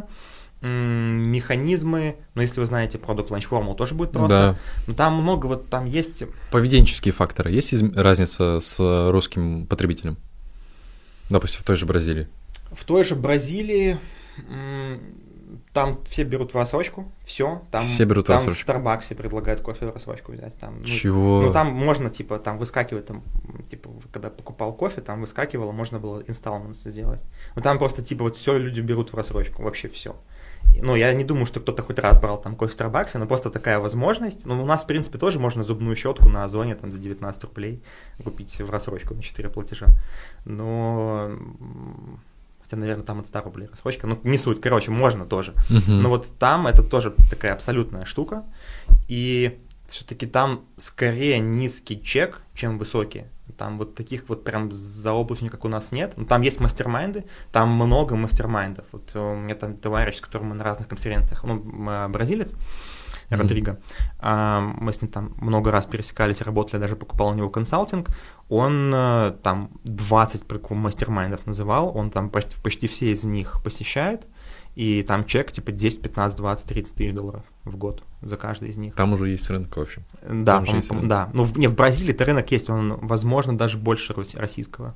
Механизмы, но если вы знаете Product Launch Formula, тоже будет просто. Да. Но там много, вот там есть... Поведенческие факторы. Есть из... разница с русским потребителем? Допустим, в той же Бразилии. В той же Бразилии там все берут в рассрочку, все. Там, все берут там в рассрочку. В Старбаксе предлагают кофе в рассрочку взять. Там, ну, Чего? Ну там можно, типа, там выскакивать, там, типа, когда покупал кофе, там выскакивало, можно было инсталментс сделать. Но там просто, типа, вот все люди берут в рассрочку, вообще все. Ну, я не думаю, что кто-то хоть раз брал там кофе в Старбаксе, но просто такая возможность. Ну, у нас, в принципе, тоже можно зубную щетку на Озоне там за девятнадцать рублей купить в рассрочку на четыре платежа. Но... Хотя, наверное, там от ста рублей рассрочка. Ну, не суть. Короче, можно тоже. Uh-huh. Но вот там это тоже такая абсолютная штука. И все-таки там скорее низкий чек, чем высокий. Там вот таких вот прям заоблачных, как у нас, нет. Но там есть мастер-майнды, там много мастер-майндов. Вот у меня там товарищ, с которым мы на разных конференциях, ну, бразилец, mm-hmm. Родриго, мы с ним там много раз пересекались, работали, даже покупал у него консалтинг. Он там двадцать мастер-майндов называл, он там почти, почти все из них посещает. И там чек типа десять, пятнадцать, двадцать, тридцать тысяч долларов в год за каждый из них. Там уже есть рынок, в общем. Да, там по- по- да. Ну, в, не, в Бразилии-то рынок есть, он, возможно, даже больше российского.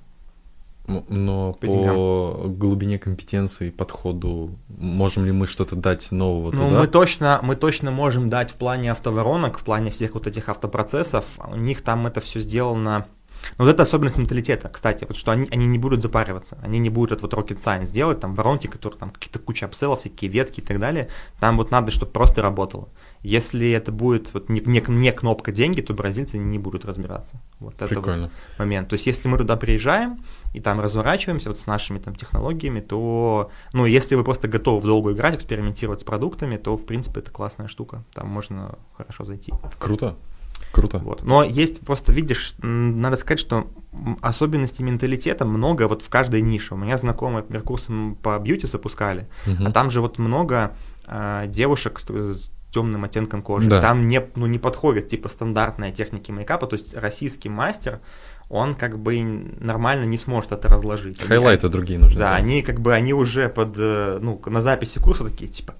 Но по, по глубине компетенции, подходу, можем ли мы что-то дать нового ну, туда? Мы точно, мы точно можем дать в плане автоворонок, в плане всех вот этих автопроцессов. У них там это все сделано... Но вот это особенность менталитета, кстати, вот что они, они не будут запариваться, они не будут это вот rocket science делать, там воронки, которые там какие-то куча апселлов, всякие ветки и так далее, там вот надо, чтобы просто работало. Если это будет вот не, не, не кнопка деньги, то бразильцы не будут разбираться. Вот Прикольно. Это вот момент. То есть если мы туда приезжаем и там разворачиваемся вот с нашими там технологиями, то, ну, если вы просто готовы в долгую играть, экспериментировать с продуктами, то, в принципе, это классная штука, там можно хорошо зайти. Круто. Круто. Вот. Но есть просто, видишь, надо сказать, что особенностей менталитета много вот в каждой нише. У меня знакомые, например, курсы по бьюти запускали, uh-huh. а там же вот много э, девушек с, с темным оттенком кожи. Да. Там не, ну, не подходят типа стандартные техники мейкапа, то есть российский мастер, он как бы нормально не сможет это разложить. Хайлайты они, другие нужны. Да, да, они как бы, они уже под, ну, на записи курса такие, типа...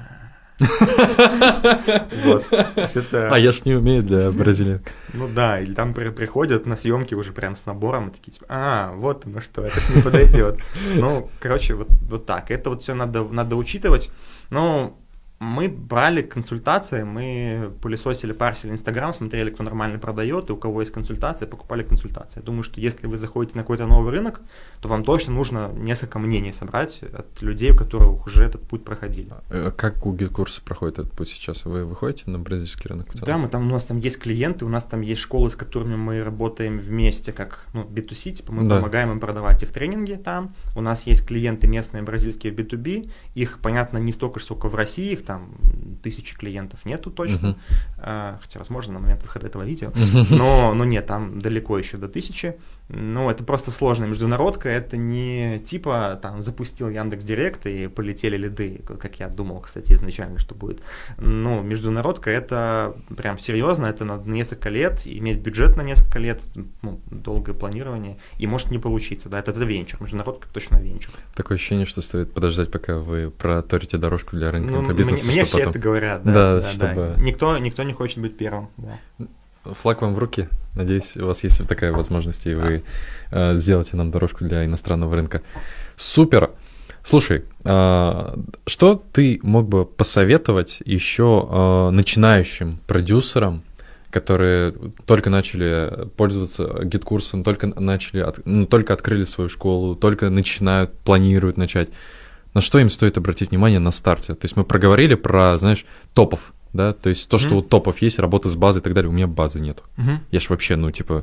Вот. Это... А я ж не умею для бразильян. Ну да, или там при- приходят на съемки уже прям с набором и такие типа, а, вот оно что, это ж не подойдет. Ну, короче, вот, вот так. Это вот все надо, надо учитывать. Ну, мы брали консультации, мы пылесосили, парсили Инстаграм, смотрели, кто нормально продает, и у кого есть консультации, покупали консультации. Я думаю, что если вы заходите на какой-то новый рынок, то вам точно нужно несколько мнений собрать от людей, у которых уже этот путь проходили. А как у GitKurs проходит этот путь сейчас? Вы выходите на бразильский рынок? В целом? Да, мы там, у нас там есть клиенты, у нас там есть школы, с которыми мы работаем вместе, как ну, би ту си, типа мы да. помогаем им продавать их тренинги там. У нас есть клиенты местные бразильские в би ту би, их, понятно, не столько, сколько в России, их там тысячи клиентов нету точно, uh-huh. а, хотя, возможно, на момент выхода этого видео, uh-huh. но, но нет, там далеко еще до тысячи. Ну, это просто сложная международка, это не типа там запустил Яндекс.Директ и полетели лиды, как я думал, кстати, изначально, что будет. Ну, международка это прям серьезно, это на несколько лет, иметь бюджет на несколько лет, ну, долгое планирование, и может не получиться, да, это, это венчур, международка точно венчур. Такое ощущение, что стоит подождать, пока вы проторите дорожку для рынка ну, инфобизнеса. Мне, мне все потом... это говорят, да, да, да, чтобы... да. Никто, никто не хочет быть первым, да. флаг вам в руки. Надеюсь, у вас есть такая возможность, и вы э, сделаете нам дорожку для иностранного рынка. Супер! Слушай, э, что ты мог бы посоветовать еще э, начинающим продюсерам, которые только начали пользоваться гид-курсом, только начали, от, ну, только открыли свою школу, только начинают, планируют начать? На что им стоит обратить внимание на старте? То есть мы проговорили про, знаешь, топов, да, то есть то, mm-hmm. что у топов есть, работа с базой и так далее, у меня базы нету. Mm-hmm. Я ж вообще, ну, типа,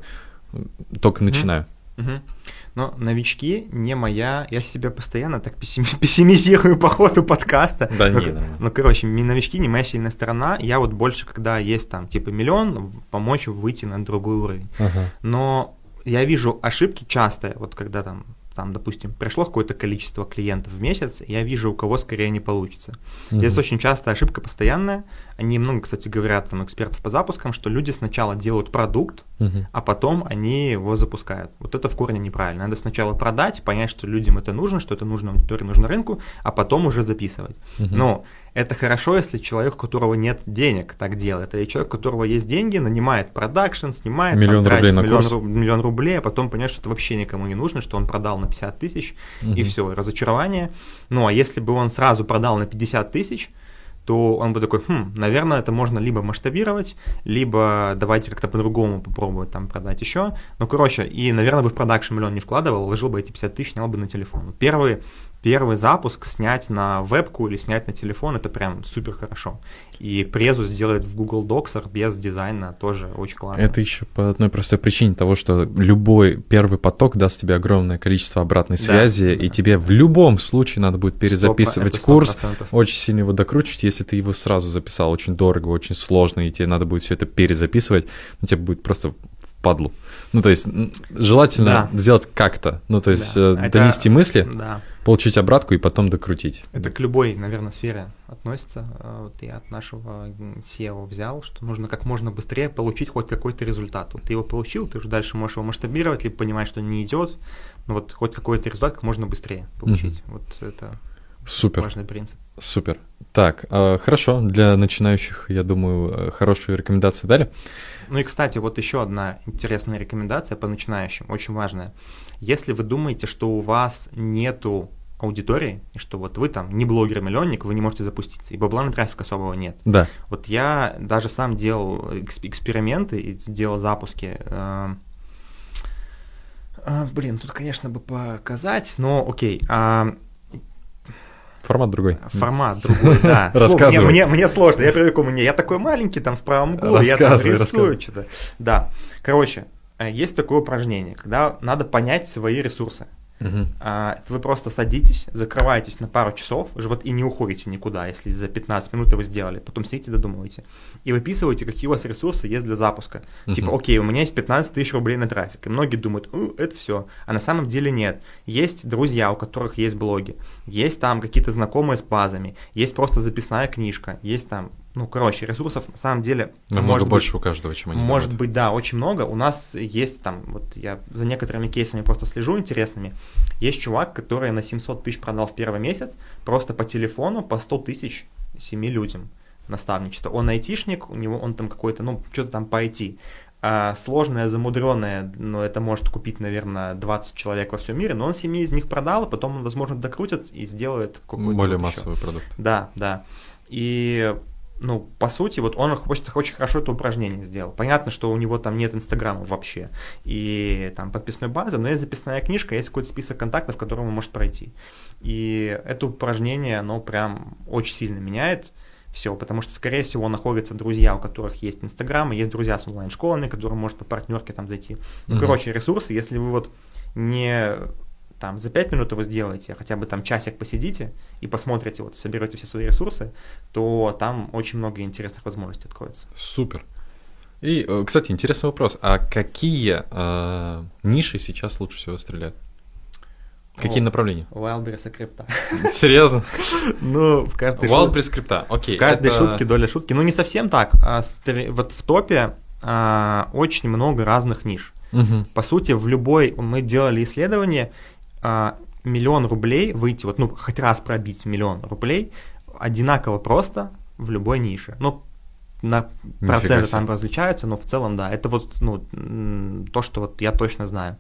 только начинаю. Mm-hmm. Но новички не моя, я себя постоянно так пессимизирую по ходу подкаста. Да, ну, не, ну, короче, новички не моя сильная сторона, я вот больше, когда есть там, типа, миллион, помочь выйти на другой уровень. Uh-huh. Но я вижу ошибки часто, вот когда там, там, допустим, пришло какое-то количество клиентов в месяц, я вижу, у кого скорее не получится. Uh-huh. Здесь очень часто ошибка постоянная. Они много, кстати, говорят, там, экспертов по запускам, что люди сначала делают продукт, uh-huh. а потом они его запускают. Вот это в корне неправильно. Надо сначала продать, понять, что людям это нужно, что это нужно аудитории, нужно рынку, а потом уже записывать. Uh-huh. Но это хорошо, если человек, у которого нет денег, так делает. А человек, у которого есть деньги, нанимает продакшн, снимает, миллион там, рублей на миллион, курс. миллион рублей, а потом понимает, что это вообще никому не нужно, что он продал на пятьдесят тысяч, uh-huh. и все, разочарование. Ну, а если бы он сразу продал на пятьдесят тысяч, то он бы такой, хм, наверное, это можно либо масштабировать, либо давайте как-то по-другому попробовать там продать еще. Ну, короче, и, наверное, бы в продакшн миллион не вкладывал, вложил бы эти пятьдесят тысяч, снял бы на телефон. Первый, первый запуск снять на вебку или снять на телефон, это прям супер хорошо. И презу сделать в Google Docs без дизайна тоже очень классно. Это еще по одной простой причине того, что любой первый поток даст тебе огромное количество обратной связи, да, и да. тебе в любом случае надо будет перезаписывать курс, очень сильно его докручивать. Если ты его сразу записал очень дорого, очень сложно, и тебе надо будет все это перезаписывать, ну, тебе будет просто впадлу. Ну, то есть желательно да. сделать как-то, ну, то есть да. донести это... мысли, да. получить обратку и потом докрутить. Это к любой, наверное, сфере относится. Вот я от нашего си и о взял, что нужно как можно быстрее получить хоть какой-то результат. Вот ты его получил, ты уже дальше можешь его масштабировать, либо понимать, что не идет, но вот хоть какой-то результат как можно быстрее получить. Mm-hmm. Вот это Супер. важный принцип. Супер. Так, э, хорошо, для начинающих, я думаю, хорошие рекомендации дали. Ну и, кстати, вот еще одна интересная рекомендация по начинающим, очень важная. Если вы думаете, что у вас нету аудитории, и что вот вы там не блогер-миллионник, вы не можете запуститься, и бабла на трафик особого нет. Да. Вот я даже сам делал эксперименты и делал запуски. Э, э, блин, тут, конечно, бы показать, но окей. Э, Формат другой. Формат другой, да. Рассказывай. Мне, мне, мне сложно, я привык у меня, я такой маленький, там в правом углу, я там рисую что-то. Да, короче, есть такое упражнение, когда надо понять свои ресурсы. Uh-huh. А, вы просто садитесь, закрываетесь на пару часов, уже вот и не уходите никуда, если за пятнадцать минут вы сделали, потом сидите, додумываете, и выписываете, какие у вас ресурсы есть для запуска. Uh-huh. Типа, окей, у меня есть пятнадцать тысяч рублей на трафик, и многие думают, это все, а на самом деле нет. Есть друзья, у которых есть блоги, есть там какие-то знакомые с базами, есть просто записная книжка, есть там, ну, короче, ресурсов на самом деле намного может больше быть, у каждого, чем они может думают. быть, да, очень много. У нас есть там, вот я за некоторыми кейсами просто слежу интересными. Есть чувак, который на семьсот тысяч продал в первый месяц просто по телефону по сто тысяч семи людям наставничество. Он айтишник, у него он там какой-то, ну, что-то там по ай ти. А сложное, замудренное, ну, это может купить, наверное, двадцать человек во всем мире, но он семи из них продал, а потом он, возможно, докрутит и сделает какой-то... Более массовый еще. Продукт. Да, да. И... Ну, по сути, вот он хочет, очень хорошо это упражнение сделал. Понятно, что у него там нет Инстаграма вообще и там подписной базы, но есть записная книжка, есть какой-то список контактов, который он может пройти. И это упражнение, оно прям очень сильно меняет все, потому что, скорее всего, находятся друзья, у которых есть Инстаграм, и есть друзья с онлайн-школами, которым может по партнерке там зайти. Ну, mm-hmm. короче, ресурсы, если вы вот не... Там, за пять минут вы сделаете, хотя бы там часик посидите и посмотрите, вот соберете все свои ресурсы, то там очень много интересных возможностей откроется. Супер. И, кстати, интересный вопрос. А какие э, ниши сейчас лучше всего стреляют? Какие О, направления? Wildberries и крипта. Серьезно? Ну, в каждой Wildberries, крипта, окей. В каждой шутке доля шутки. Ну, не совсем так. Вот в топе очень много разных ниш. По сути, в любой... Мы делали исследование... миллион рублей выйти, вот, ну, хоть раз пробить миллион рублей одинаково просто в любой нише. Ну, на проценты там различаются, но в целом, да, это вот, ну, то, что вот я точно знаю.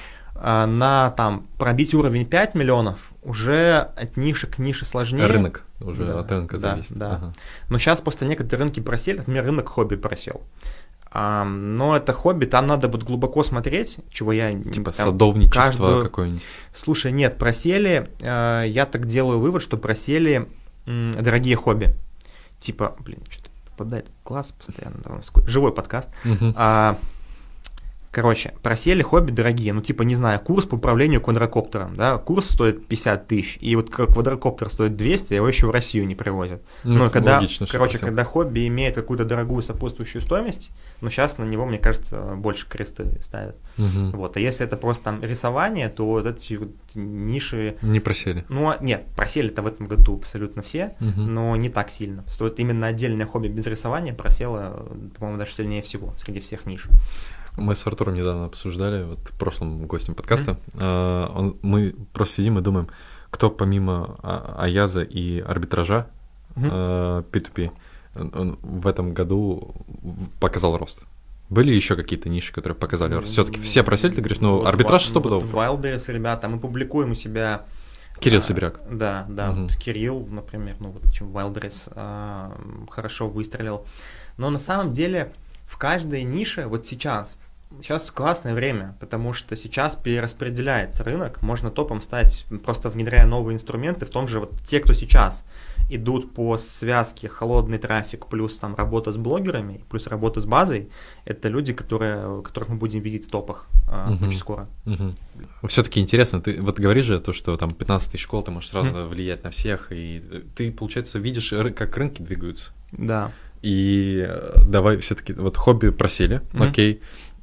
На там пробить уровень пять миллионов уже от ниши к нише сложнее. Рынок уже да, от рынка да, зависит. Да. Ага. Но сейчас просто некоторые рынки просели, например, рынок хобби просел. А, но это хобби, там надо вот глубоко смотреть, чего я... Типа там, садовничество каждую... какое-нибудь. Слушай, нет, просели, э, я так делаю вывод, что просели м, дорогие хобби. Типа, блин, что-то попадает в глаз постоянно. Живой подкаст. Uh-huh. А, короче, просели хобби дорогие. Ну, типа, не знаю, курс по управлению квадрокоптером, да, курс стоит пятьдесят тысяч, и вот квадрокоптер стоит двести, его еще в Россию не привозят. Ну, Но когда, логично, короче, когда хобби имеет какую-то дорогую сопутствующую стоимость, ну, сейчас на него, мне кажется, больше кресты ставят. Uh-huh. Вот. А если это просто там рисование, то вот эти вот ниши... Не просели. Ну, нет, просели-то в этом году абсолютно все, uh-huh. но не так сильно. Стоит именно отдельное хобби без рисования просело, по-моему, даже сильнее всего среди всех ниш. Мы с Артуром недавно обсуждали, вот прошлым гостем подкаста, mm-hmm. он, мы просто сидим и думаем, кто помимо Аяза и арбитража mm-hmm. пи ту пи он в этом году показал рост. Были еще какие-то ниши, которые показали рост? Все-таки все просели, ты говоришь, ну, вот арбитраж сто пудов. Вот Wildberries, ребята, мы публикуем у себя... Кирилл Сибиряк. А, да, да, угу. вот Кирилл, например, ну вот чем Wildberries а, хорошо выстрелил. Но на самом деле в каждой нише вот сейчас... Сейчас классное время, потому что сейчас перераспределяется рынок, можно топом стать, просто внедряя новые инструменты, в том же вот те, кто сейчас идут по связке холодный трафик плюс там работа с блогерами, плюс работа с базой, это люди, которые, которых мы будем видеть в топах э, uh-huh. очень скоро. Uh-huh. Все-таки интересно, ты вот говоришь же то, что там пятнадцать тысяч школ, ты можешь сразу uh-huh. влиять на всех, и ты, получается, видишь, как рынки двигаются. Да. И давай все-таки, вот хобби просели, uh-huh. окей.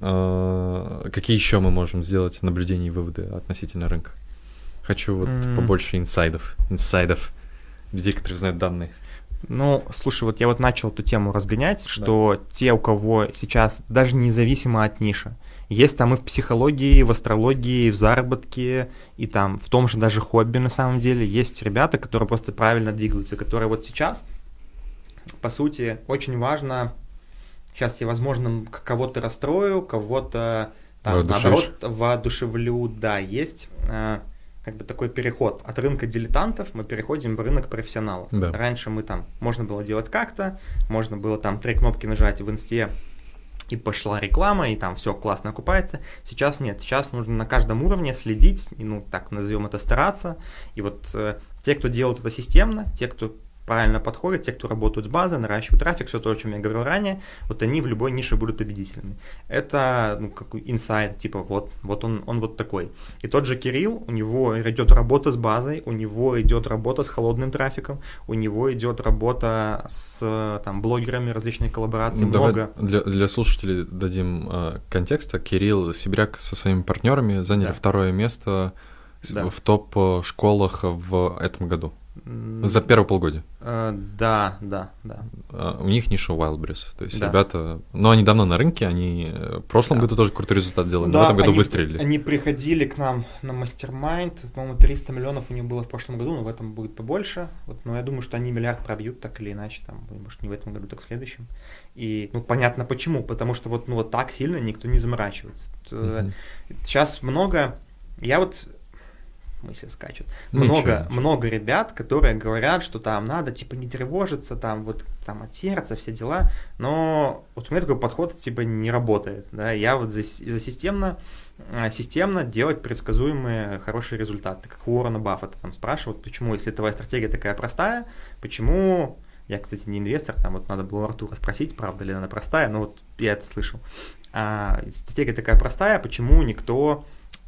Uh, какие еще мы можем сделать наблюдения и выводы относительно рынка? Хочу вот mm. побольше инсайдов, инсайдов, людей, которые знают данные. Ну, слушай, вот я вот начал эту тему разгонять, что да. те, у кого сейчас, даже независимо от ниши, есть там и в психологии, в астрологии, и в заработке, и там в том же даже хобби на самом деле, есть ребята, которые просто правильно двигаются, которые вот сейчас, по сути, очень важно... Сейчас я, возможно, кого-то расстрою, кого-то, там, наоборот, воодушевлю. Да, есть э, как бы такой переход от рынка дилетантов, мы переходим в рынок профессионалов. Да. Раньше мы там, можно было делать как-то, можно было там три кнопки нажать в инсте, и пошла реклама, и там все классно окупается. Сейчас нет, сейчас нужно на каждом уровне следить, и, ну, так назовем это, стараться. И вот э, те, кто делают это системно, те, кто правильно подходят, те, кто работают с базой, наращивают трафик, все то, о чем я говорил ранее, вот они в любой нише будут победителями. Это, ну, какой инсайт, типа, вот, вот он, он вот такой. И тот же Кирилл, у него идет работа с базой, у него идет работа с холодным трафиком, у него идет работа с там блогерами, различные коллаборации, ну, много. Для, для слушателей дадим э, контекста. Кирилл Сибиряк со своими партнерами заняли да. второе место да. в топ-школах в этом году. За первое полгодие. Uh, да, да, да. Uh, у них ниша Wildberries. То есть да. ребята... Ну, они давно на рынке, они в прошлом да. году тоже крутой результат делали, да, но в этом году они, выстрелили. Они приходили к нам на мастер-майнд, по-моему, триста миллионов у них было в прошлом году, но в этом будет побольше. Вот, но я думаю, что они миллиард пробьют так или иначе, там, может, не в этом году, так в следующем. И, ну, понятно почему, потому что вот, ну, вот так сильно никто не заморачивается. Uh-huh. Сейчас много... Я вот... мысли скачут. Много, много ребят, которые говорят, что там надо, типа, не тревожиться, там, вот, там, от сердца, все дела, но вот у меня такой подход, типа, не работает, да, я вот за, за системно, системно делать предсказуемые хорошие результаты, как у Уоррена Баффета, там, спрашивают, почему, если твоя стратегия такая простая, почему, я, кстати, не инвестор, там, вот, надо было у Артура спросить, правда ли она простая, но вот я это слышал, а, стратегия такая простая, почему никто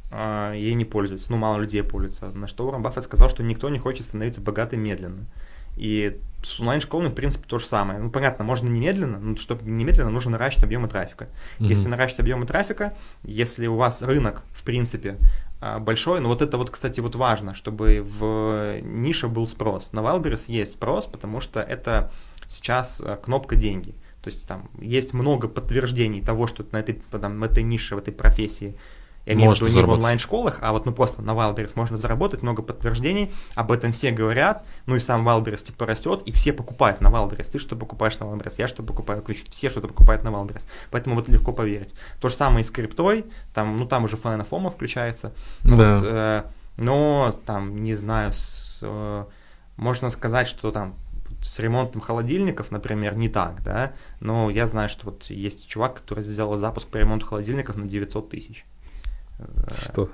ей не пользуется, ну, мало людей пользуется. На что Уоррен Баффет сказал, что никто не хочет становиться богатым медленно. И с онлайн-школами, в принципе, то же самое. Ну, понятно, можно немедленно, но чтобы немедленно, нужно наращивать объемы трафика. Mm-hmm. Если наращивать объемы трафика, если у вас рынок, в принципе, большой, ну, вот это вот, кстати, вот важно, чтобы в нише был спрос. На Wildberries есть спрос, потому что это сейчас кнопка «деньги». То есть там есть много подтверждений того, что на этой, там, в этой нише, в этой профессии Я имею в виду не в онлайн-школах, а вот ну просто на Wildberries можно заработать, много подтверждений, об этом все говорят, ну и сам Wildberries типа растет, и все покупают на Wildberries. Ты что покупаешь на Wildberries, я что покупаю, все что-то покупают на Wildberries. Поэтому вот легко поверить. То же самое и с криптой, там, ну там уже фэнофома включается. Да. Вот, э, но там, не знаю, с, э, можно сказать, что там с ремонтом холодильников, например, не так, да, но я знаю, что вот есть чувак, который сделал запуск по ремонту холодильников на девятьсот тысяч. Что?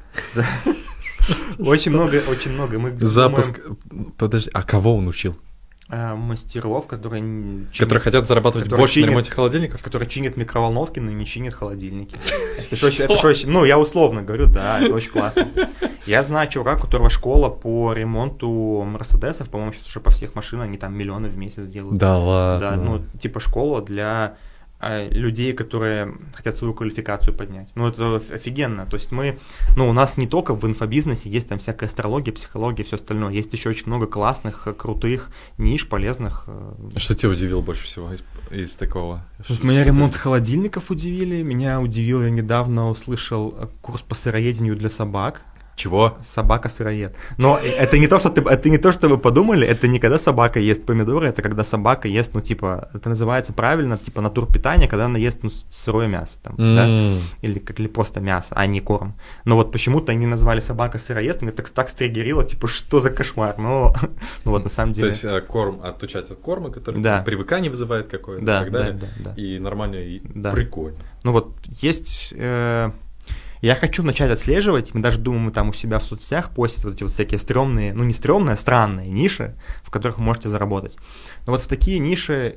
Очень много, очень много. Мы запуск, подожди, а кого он учил? Мастеров, которые... Чинят, которые хотят зарабатывать которые больше чинят, на ремонте холодильников? Которые чинят микроволновки, но не чинят холодильники. Это же очень, это же очень, ну, я условно говорю, да, это очень классно. Я знаю чувака, у которого школа по ремонту Мерседесов, по-моему, сейчас уже по всех машинах, они там миллионы в месяц делают. Да ладно? Да, ну, типа школа для людей, которые хотят свою квалификацию поднять. Ну, это офигенно. То есть мы, ну, у нас не только в инфобизнесе есть там всякая астрология, психология, все остальное. Есть еще очень много классных, крутых ниш, полезных. Что тебя удивило больше всего из, из такого? Что, меня что ремонт ты... холодильников удивили. Меня удивило, я недавно услышал курс по сыроедению для собак. Чего? Собака-сыроед. Но это не то, что ты, это не то, что вы подумали, это не когда собака ест помидоры, это когда собака ест, ну, типа, это называется правильно, типа, натурпитание, когда она ест, ну, сырое мясо, там, mm. да, или, как, или просто мясо, а не корм. Но вот почему-то они назвали собака-сыроед, меня так, так стригерило, типа, что за кошмар, но, ну, вот, на самом деле... То есть корм, отучать от корма, который да. привыкание вызывает какое-то, да, и так далее, да, да, да. и нормально, и да. прикольно. Ну, вот, есть... Э- Я хочу начать отслеживать, мы даже думаем, мы там у себя в соцсетях постить вот эти вот всякие стрёмные, ну не стрёмные, а странные ниши, в которых вы можете заработать. Но вот в такие ниши,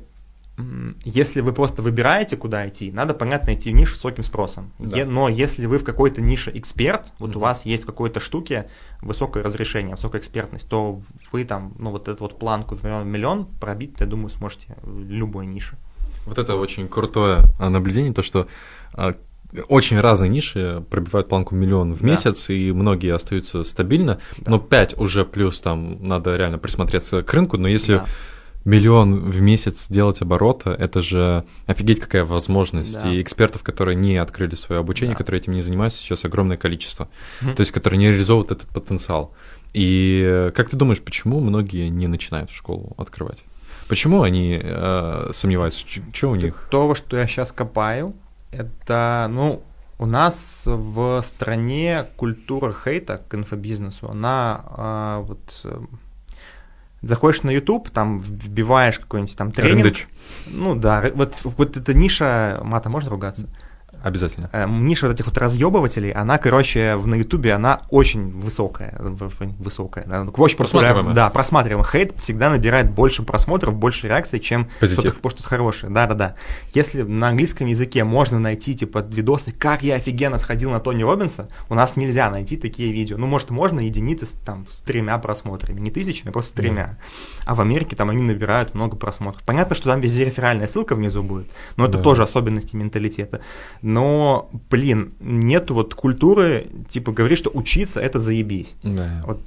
если вы просто выбираете, куда идти, надо, понятно, идти в нишу с высоким спросом. Да. Е- но если вы в какой-то нише эксперт, вот mm-hmm. у вас есть в какой-то штуке высокое разрешение, высокая экспертность, то вы там, ну вот эту вот планку в миллион, миллион пробить, я думаю, сможете в любой нише. Вот это очень крутое наблюдение, то, что... Очень разные ниши пробивают планку миллион в да. месяц, и многие остаются стабильно, да. но пять уже плюс, там надо реально присмотреться к рынку, но если да. миллион в месяц делать оборота, это же офигеть какая возможность, да. и экспертов, которые не открыли свое обучение, да. которые этим не занимаются, сейчас огромное количество, mm-hmm. то есть которые не реализовывают этот потенциал. И как ты думаешь, почему многие не начинают школу открывать? Почему они э, сомневаются, что у них? То, что я сейчас копаю, это, ну, у нас в стране культура хейта к инфобизнесу, она а, вот заходишь на YouTube, там вбиваешь какой-нибудь там тренинг. Рындыч. Ну да, вот, вот эта ниша, мата можно ругаться? Обязательно. Э, ниша вот этих вот разъебывателей, она, короче, на Ютубе, она очень высокая, высокая, да, очень просматриваемая. Да, просматриваемый хейт всегда набирает больше просмотров, больше реакций, чем что-то, что-то хорошее. Да-да-да. Если на английском языке можно найти, типа, видосы, как я офигенно сходил на Тони Роббинса, у нас нельзя найти такие видео. Ну, может, можно единицы там с тремя просмотрами, не тысячами, а просто с тремя. Mm. А в Америке там они набирают много просмотров. Понятно, что там везде реферальная ссылка внизу будет, но это да. тоже особенности менталитета. Но, блин, нет вот культуры, типа, говорить, что учиться – это заебись. Да. Вот,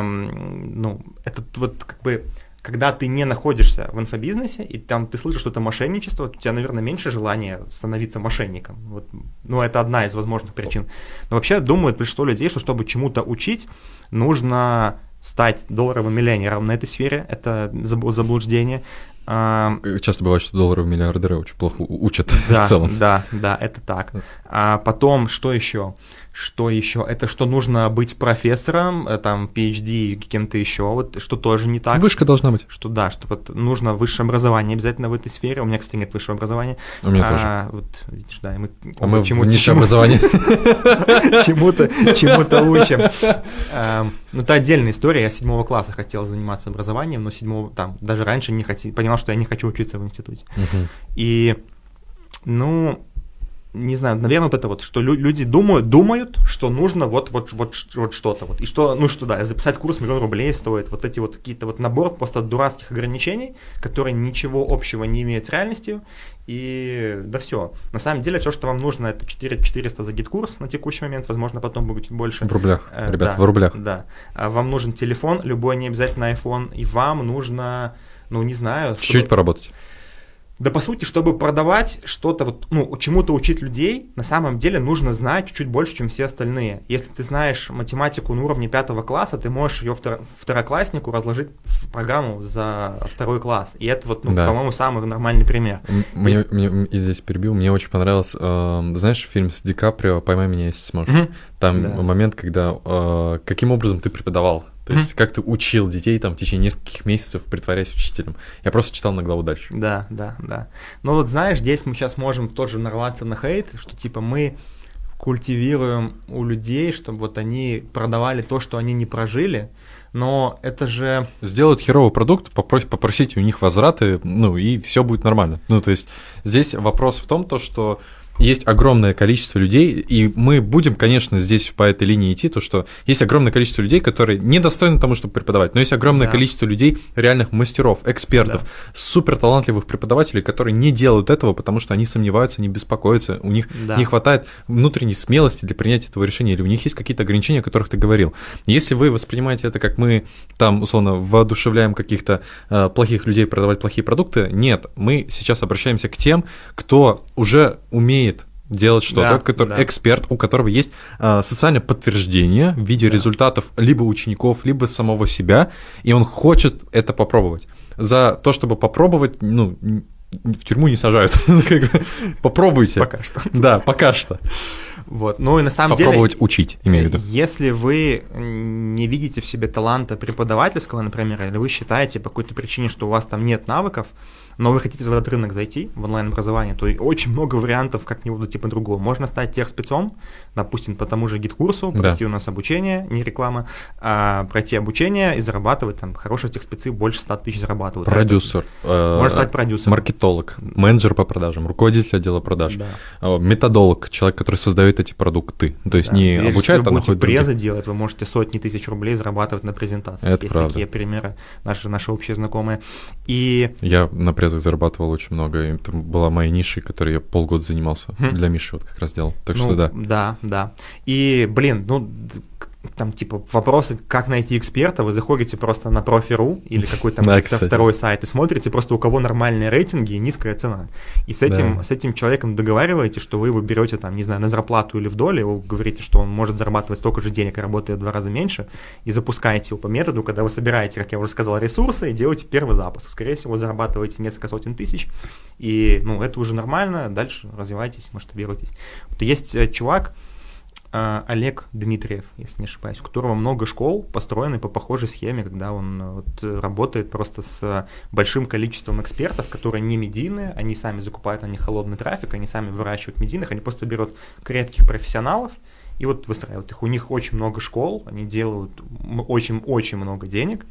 эм, ну, это вот как бы, когда ты не находишься в инфобизнесе, и там ты слышишь что-то мошенничество, у тебя, наверное, меньше желания становиться мошенником. Вот, ну, это одна из возможных причин. Но вообще думают большинство людей, что чтобы чему-то учить, нужно стать долларовым миллионером на этой сфере. Это заблуждение. Часто бывает, что долларовые миллиардеры очень плохо учат да, в целом. Да, да, это так. А потом, что еще? Что еще? Это что нужно быть профессором, там, пи эйч ди, кем-то еще, вот, что тоже не так. Вышка должна быть. Что да, что вот нужно высшее образование обязательно в этой сфере. У меня, кстати, нет высшего образования. У меня а, тоже. Вот, видишь, да, и мы, а мы в низшее образование. Чему-то, чему-то учим. Ну, это отдельная история. Я с седьмого класса хотел заниматься образованием, но седьмого, там, даже раньше не хотел, понимал, что я не хочу учиться в институте. И, ну... Не знаю, наверное, вот это вот, что люди думают, думают, что нужно вот, вот, вот, вот что-то. Вот. И что, ну что да, записать курс миллион рублей стоит. Вот эти вот какие-то вот набор просто дурацких ограничений, которые ничего общего не имеют с реальностью. И да все. На самом деле все, что вам нужно, это четыре тысячи четыреста за гид-курс на текущий момент, возможно, потом будет чуть больше. В рублях, э, ребят, да, в рублях. Да. Вам нужен телефон, любой, не обязательно iPhone, и вам нужно, ну не знаю. Чуть-чуть чтобы... поработать. Да, по сути, чтобы продавать что-то, вот, ну, чему-то учить людей, на самом деле нужно знать чуть-чуть больше, чем все остальные. Если ты знаешь математику на уровне пятого класса, ты можешь ее втор- второкласснику разложить в программу за второй класс. И это, вот, ну, да. по-моему, самый нормальный пример. Мне, Если... мне, я здесь перебил, мне очень понравилось, э, знаешь, фильм с Ди Каприо «Поймай меня, если сможешь». Mm-hmm. Там да. момент, когда э, каким образом ты преподавал. То есть, mm-hmm. как ты учил детей там в течение нескольких месяцев, притворяясь учителем. Я просто читал на главу дальше. Да, да, да. Но вот знаешь, здесь мы сейчас можем тоже нарваться на хейт, что типа мы культивируем у людей, чтобы вот они продавали то, что они не прожили, но это же... Сделают херовый продукт, попросите, попросите у них возвраты, ну и все будет нормально. Ну то есть, здесь вопрос в том, то, что... Есть огромное количество людей, и мы будем, конечно, здесь по этой линии идти, то, что есть огромное количество людей, которые недостойны тому, чтобы преподавать, но есть огромное да. количество людей, реальных мастеров, экспертов, да. суперталантливых преподавателей, которые не делают этого, потому что они сомневаются, они беспокоятся, у них да. не хватает внутренней смелости для принятия этого решения, или у них есть какие-то ограничения, о которых ты говорил. Если вы воспринимаете это как мы там, условно, воодушевляем каких-то э, плохих людей продавать плохие продукты, нет, мы сейчас обращаемся к тем, кто уже умеет делать что-то, да, который, да. эксперт, у которого есть э, социальное подтверждение в виде да. результатов либо учеников, либо самого себя, и он хочет это попробовать. За то, чтобы попробовать, ну, в тюрьму не сажают. Попробуйте. Пока что. Да, пока что. Вот. Ну и на самом Попробовать деле, учить, имею в виду. Если вы не видите в себе таланта преподавательского, например, или вы считаете по какой-то причине, что у вас там нет навыков, но вы хотите в этот рынок зайти, в онлайн-образование, то очень много вариантов, как не типа другого. Можно стать техспецом, допустим, по тому же гид-курсу, пройти да. у нас обучение, не реклама, а пройти обучение и зарабатывать, там, хорошие техспецы больше ста тысяч зарабатывают. Продюсер. Э, Можно стать продюсером. Маркетолог, менеджер по продажам, руководитель отдела продаж, да. методолог, человек, который создает эти продукты. То есть да. не Если обучает, а находит других. Презы делать, вы можете сотни тысяч рублей зарабатывать на презентации. Это Есть правда. Такие примеры, наши, наши общие знакомые. И... Я на презах зарабатывал очень много. Это была моя ниша, которой я полгода занимался. Хм. Для Миши вот как раз делал. Так ну, что да. Да, да. И, блин, ну... там типа вопросы, как найти эксперта, вы заходите просто на профи точка ру или какой-то да, второй сайт и смотрите просто у кого нормальные рейтинги и низкая цена. И с этим, да. с этим человеком договариваетесь, что вы его берете там, не знаю, на зарплату или в долю, вы говорите, что он может зарабатывать столько же денег и работает в два раза меньше, и запускаете его по методу, когда вы собираете, как я уже сказал, ресурсы и делаете первый запуск. Скорее всего, зарабатываете несколько сотен тысяч, и ну, это уже нормально, дальше развивайтесь, масштабируйтесь. Вот есть чувак, Олег Дмитриев, если не ошибаюсь, у которого много школ, построены по похожей схеме, когда он вот работает просто с большим количеством экспертов, которые не медийные, они сами закупают на них холодный трафик, они сами выращивают медийных, они просто берут крепких профессионалов и вот выстраивают их. У них очень много школ, они делают очень-очень много денег,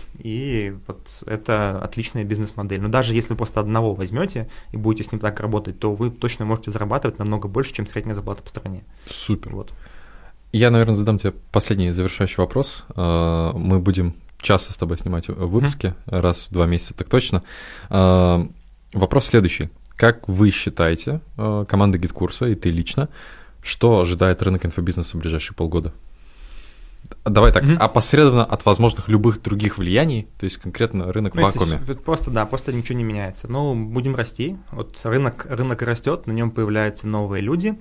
и вот это отличная бизнес-модель. Но даже если вы просто одного возьмете и будете с ним так работать, то вы точно можете зарабатывать намного больше, чем средняя зарплата по стране. Супер. Вот. Я, наверное, задам тебе последний завершающий вопрос. Мы будем часто с тобой снимать выпуски, mm-hmm. раз в два месяца так точно. Вопрос следующий. Как вы считаете, команда гид-курса и ты лично, что ожидает рынок инфобизнеса в ближайшие полгода? Давай так, mm-hmm. опосредованно от возможных любых других влияний, то есть конкретно рынок в ну, вакууме. Просто, да, просто ничего не меняется. Ну, будем расти. Вот рынок, рынок растет, на нем появляются новые люди.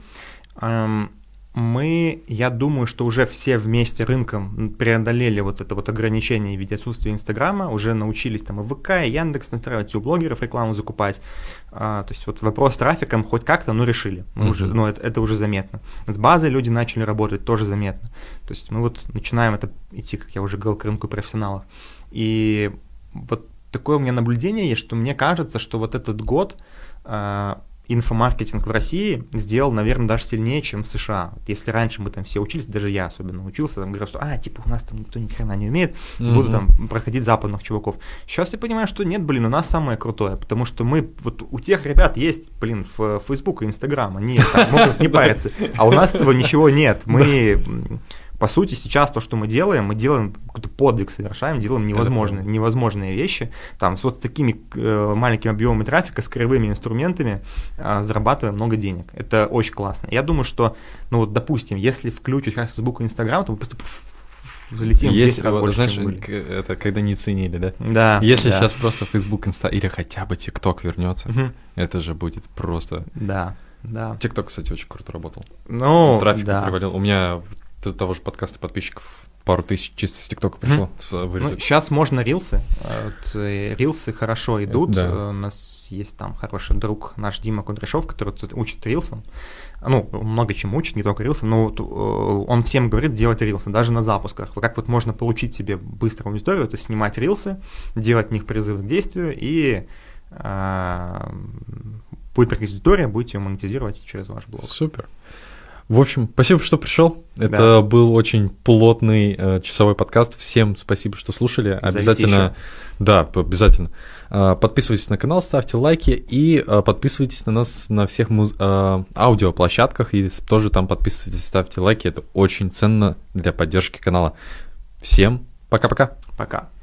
Мы, я думаю, что уже все вместе рынком преодолели вот это вот ограничение в виде отсутствия Инстаграма, уже научились там и ВК, и Яндекс настраивать, и у блогеров рекламу закупать. А, то есть вот вопрос с трафиком хоть как-то, но решили. Мы mm-hmm. уже, ну, это, это уже заметно. С базой люди начали работать, тоже заметно. То есть мы вот начинаем это идти, как я уже говорил, к рынку профессионалов. И вот такое у меня наблюдение есть, что мне кажется, что вот этот год а, инфомаркетинг в России сделал, наверное, даже сильнее, чем в США. Если раньше мы там все учились, даже я особенно учился, там говорил, что а, типа, у нас там никто ни хрена не умеет, mm-hmm. буду там проходить западных чуваков. Сейчас я понимаю, что нет, блин, у нас самое крутое, потому что мы, вот у тех ребят есть, блин, в Facebook и Instagram, они там, могут не париться, а у нас этого ничего нет. Мы... По сути, сейчас то, что мы делаем, мы делаем какой-то подвиг, совершаем, делаем невозможные, невозможные вещи. Там, с вот такими э, маленькими объемами трафика, с кривыми инструментами э, зарабатываем много денег. Это очень классно. Я думаю, что, ну вот, допустим, если включить сейчас Facebook и Instagram, то мы просто залетим в десять раз больше, знаешь, чем были. Это когда не ценили, да? Да. Если да. сейчас просто Facebook, Инста или хотя бы ТикТок вернется, угу. это же будет просто... Да, да. ТикТок, кстати, очень круто работал. Ну, Трафик да. привалил. У меня того же подкаста подписчиков пару тысяч чисто с ТикТока пришло. Mm-hmm. Ну, сейчас можно рилсы. Вот, рилсы хорошо идут. Да. У нас есть там хороший друг наш Дима Кудряшов, который учит рилсам. Ну, много чем учит, не только рилсам, но вот, он всем говорит делать рилсы, даже на запусках. Как вот можно получить себе быстро аудиторию, это снимать рилсы, делать в них призывы к действию, и э, будет приходить аудитория, будете ее монетизировать через ваш блог. Супер. В общем, спасибо, что пришел. Это да. был очень плотный э, часовой подкаст. Всем спасибо, что слушали. Обязательно, да, обязательно. Э, подписывайтесь на канал, ставьте лайки и э, подписывайтесь на нас на всех муз- э, аудиоплощадках и тоже там подписывайтесь, ставьте лайки. Это очень ценно для поддержки канала. Всем пока-пока. Пока.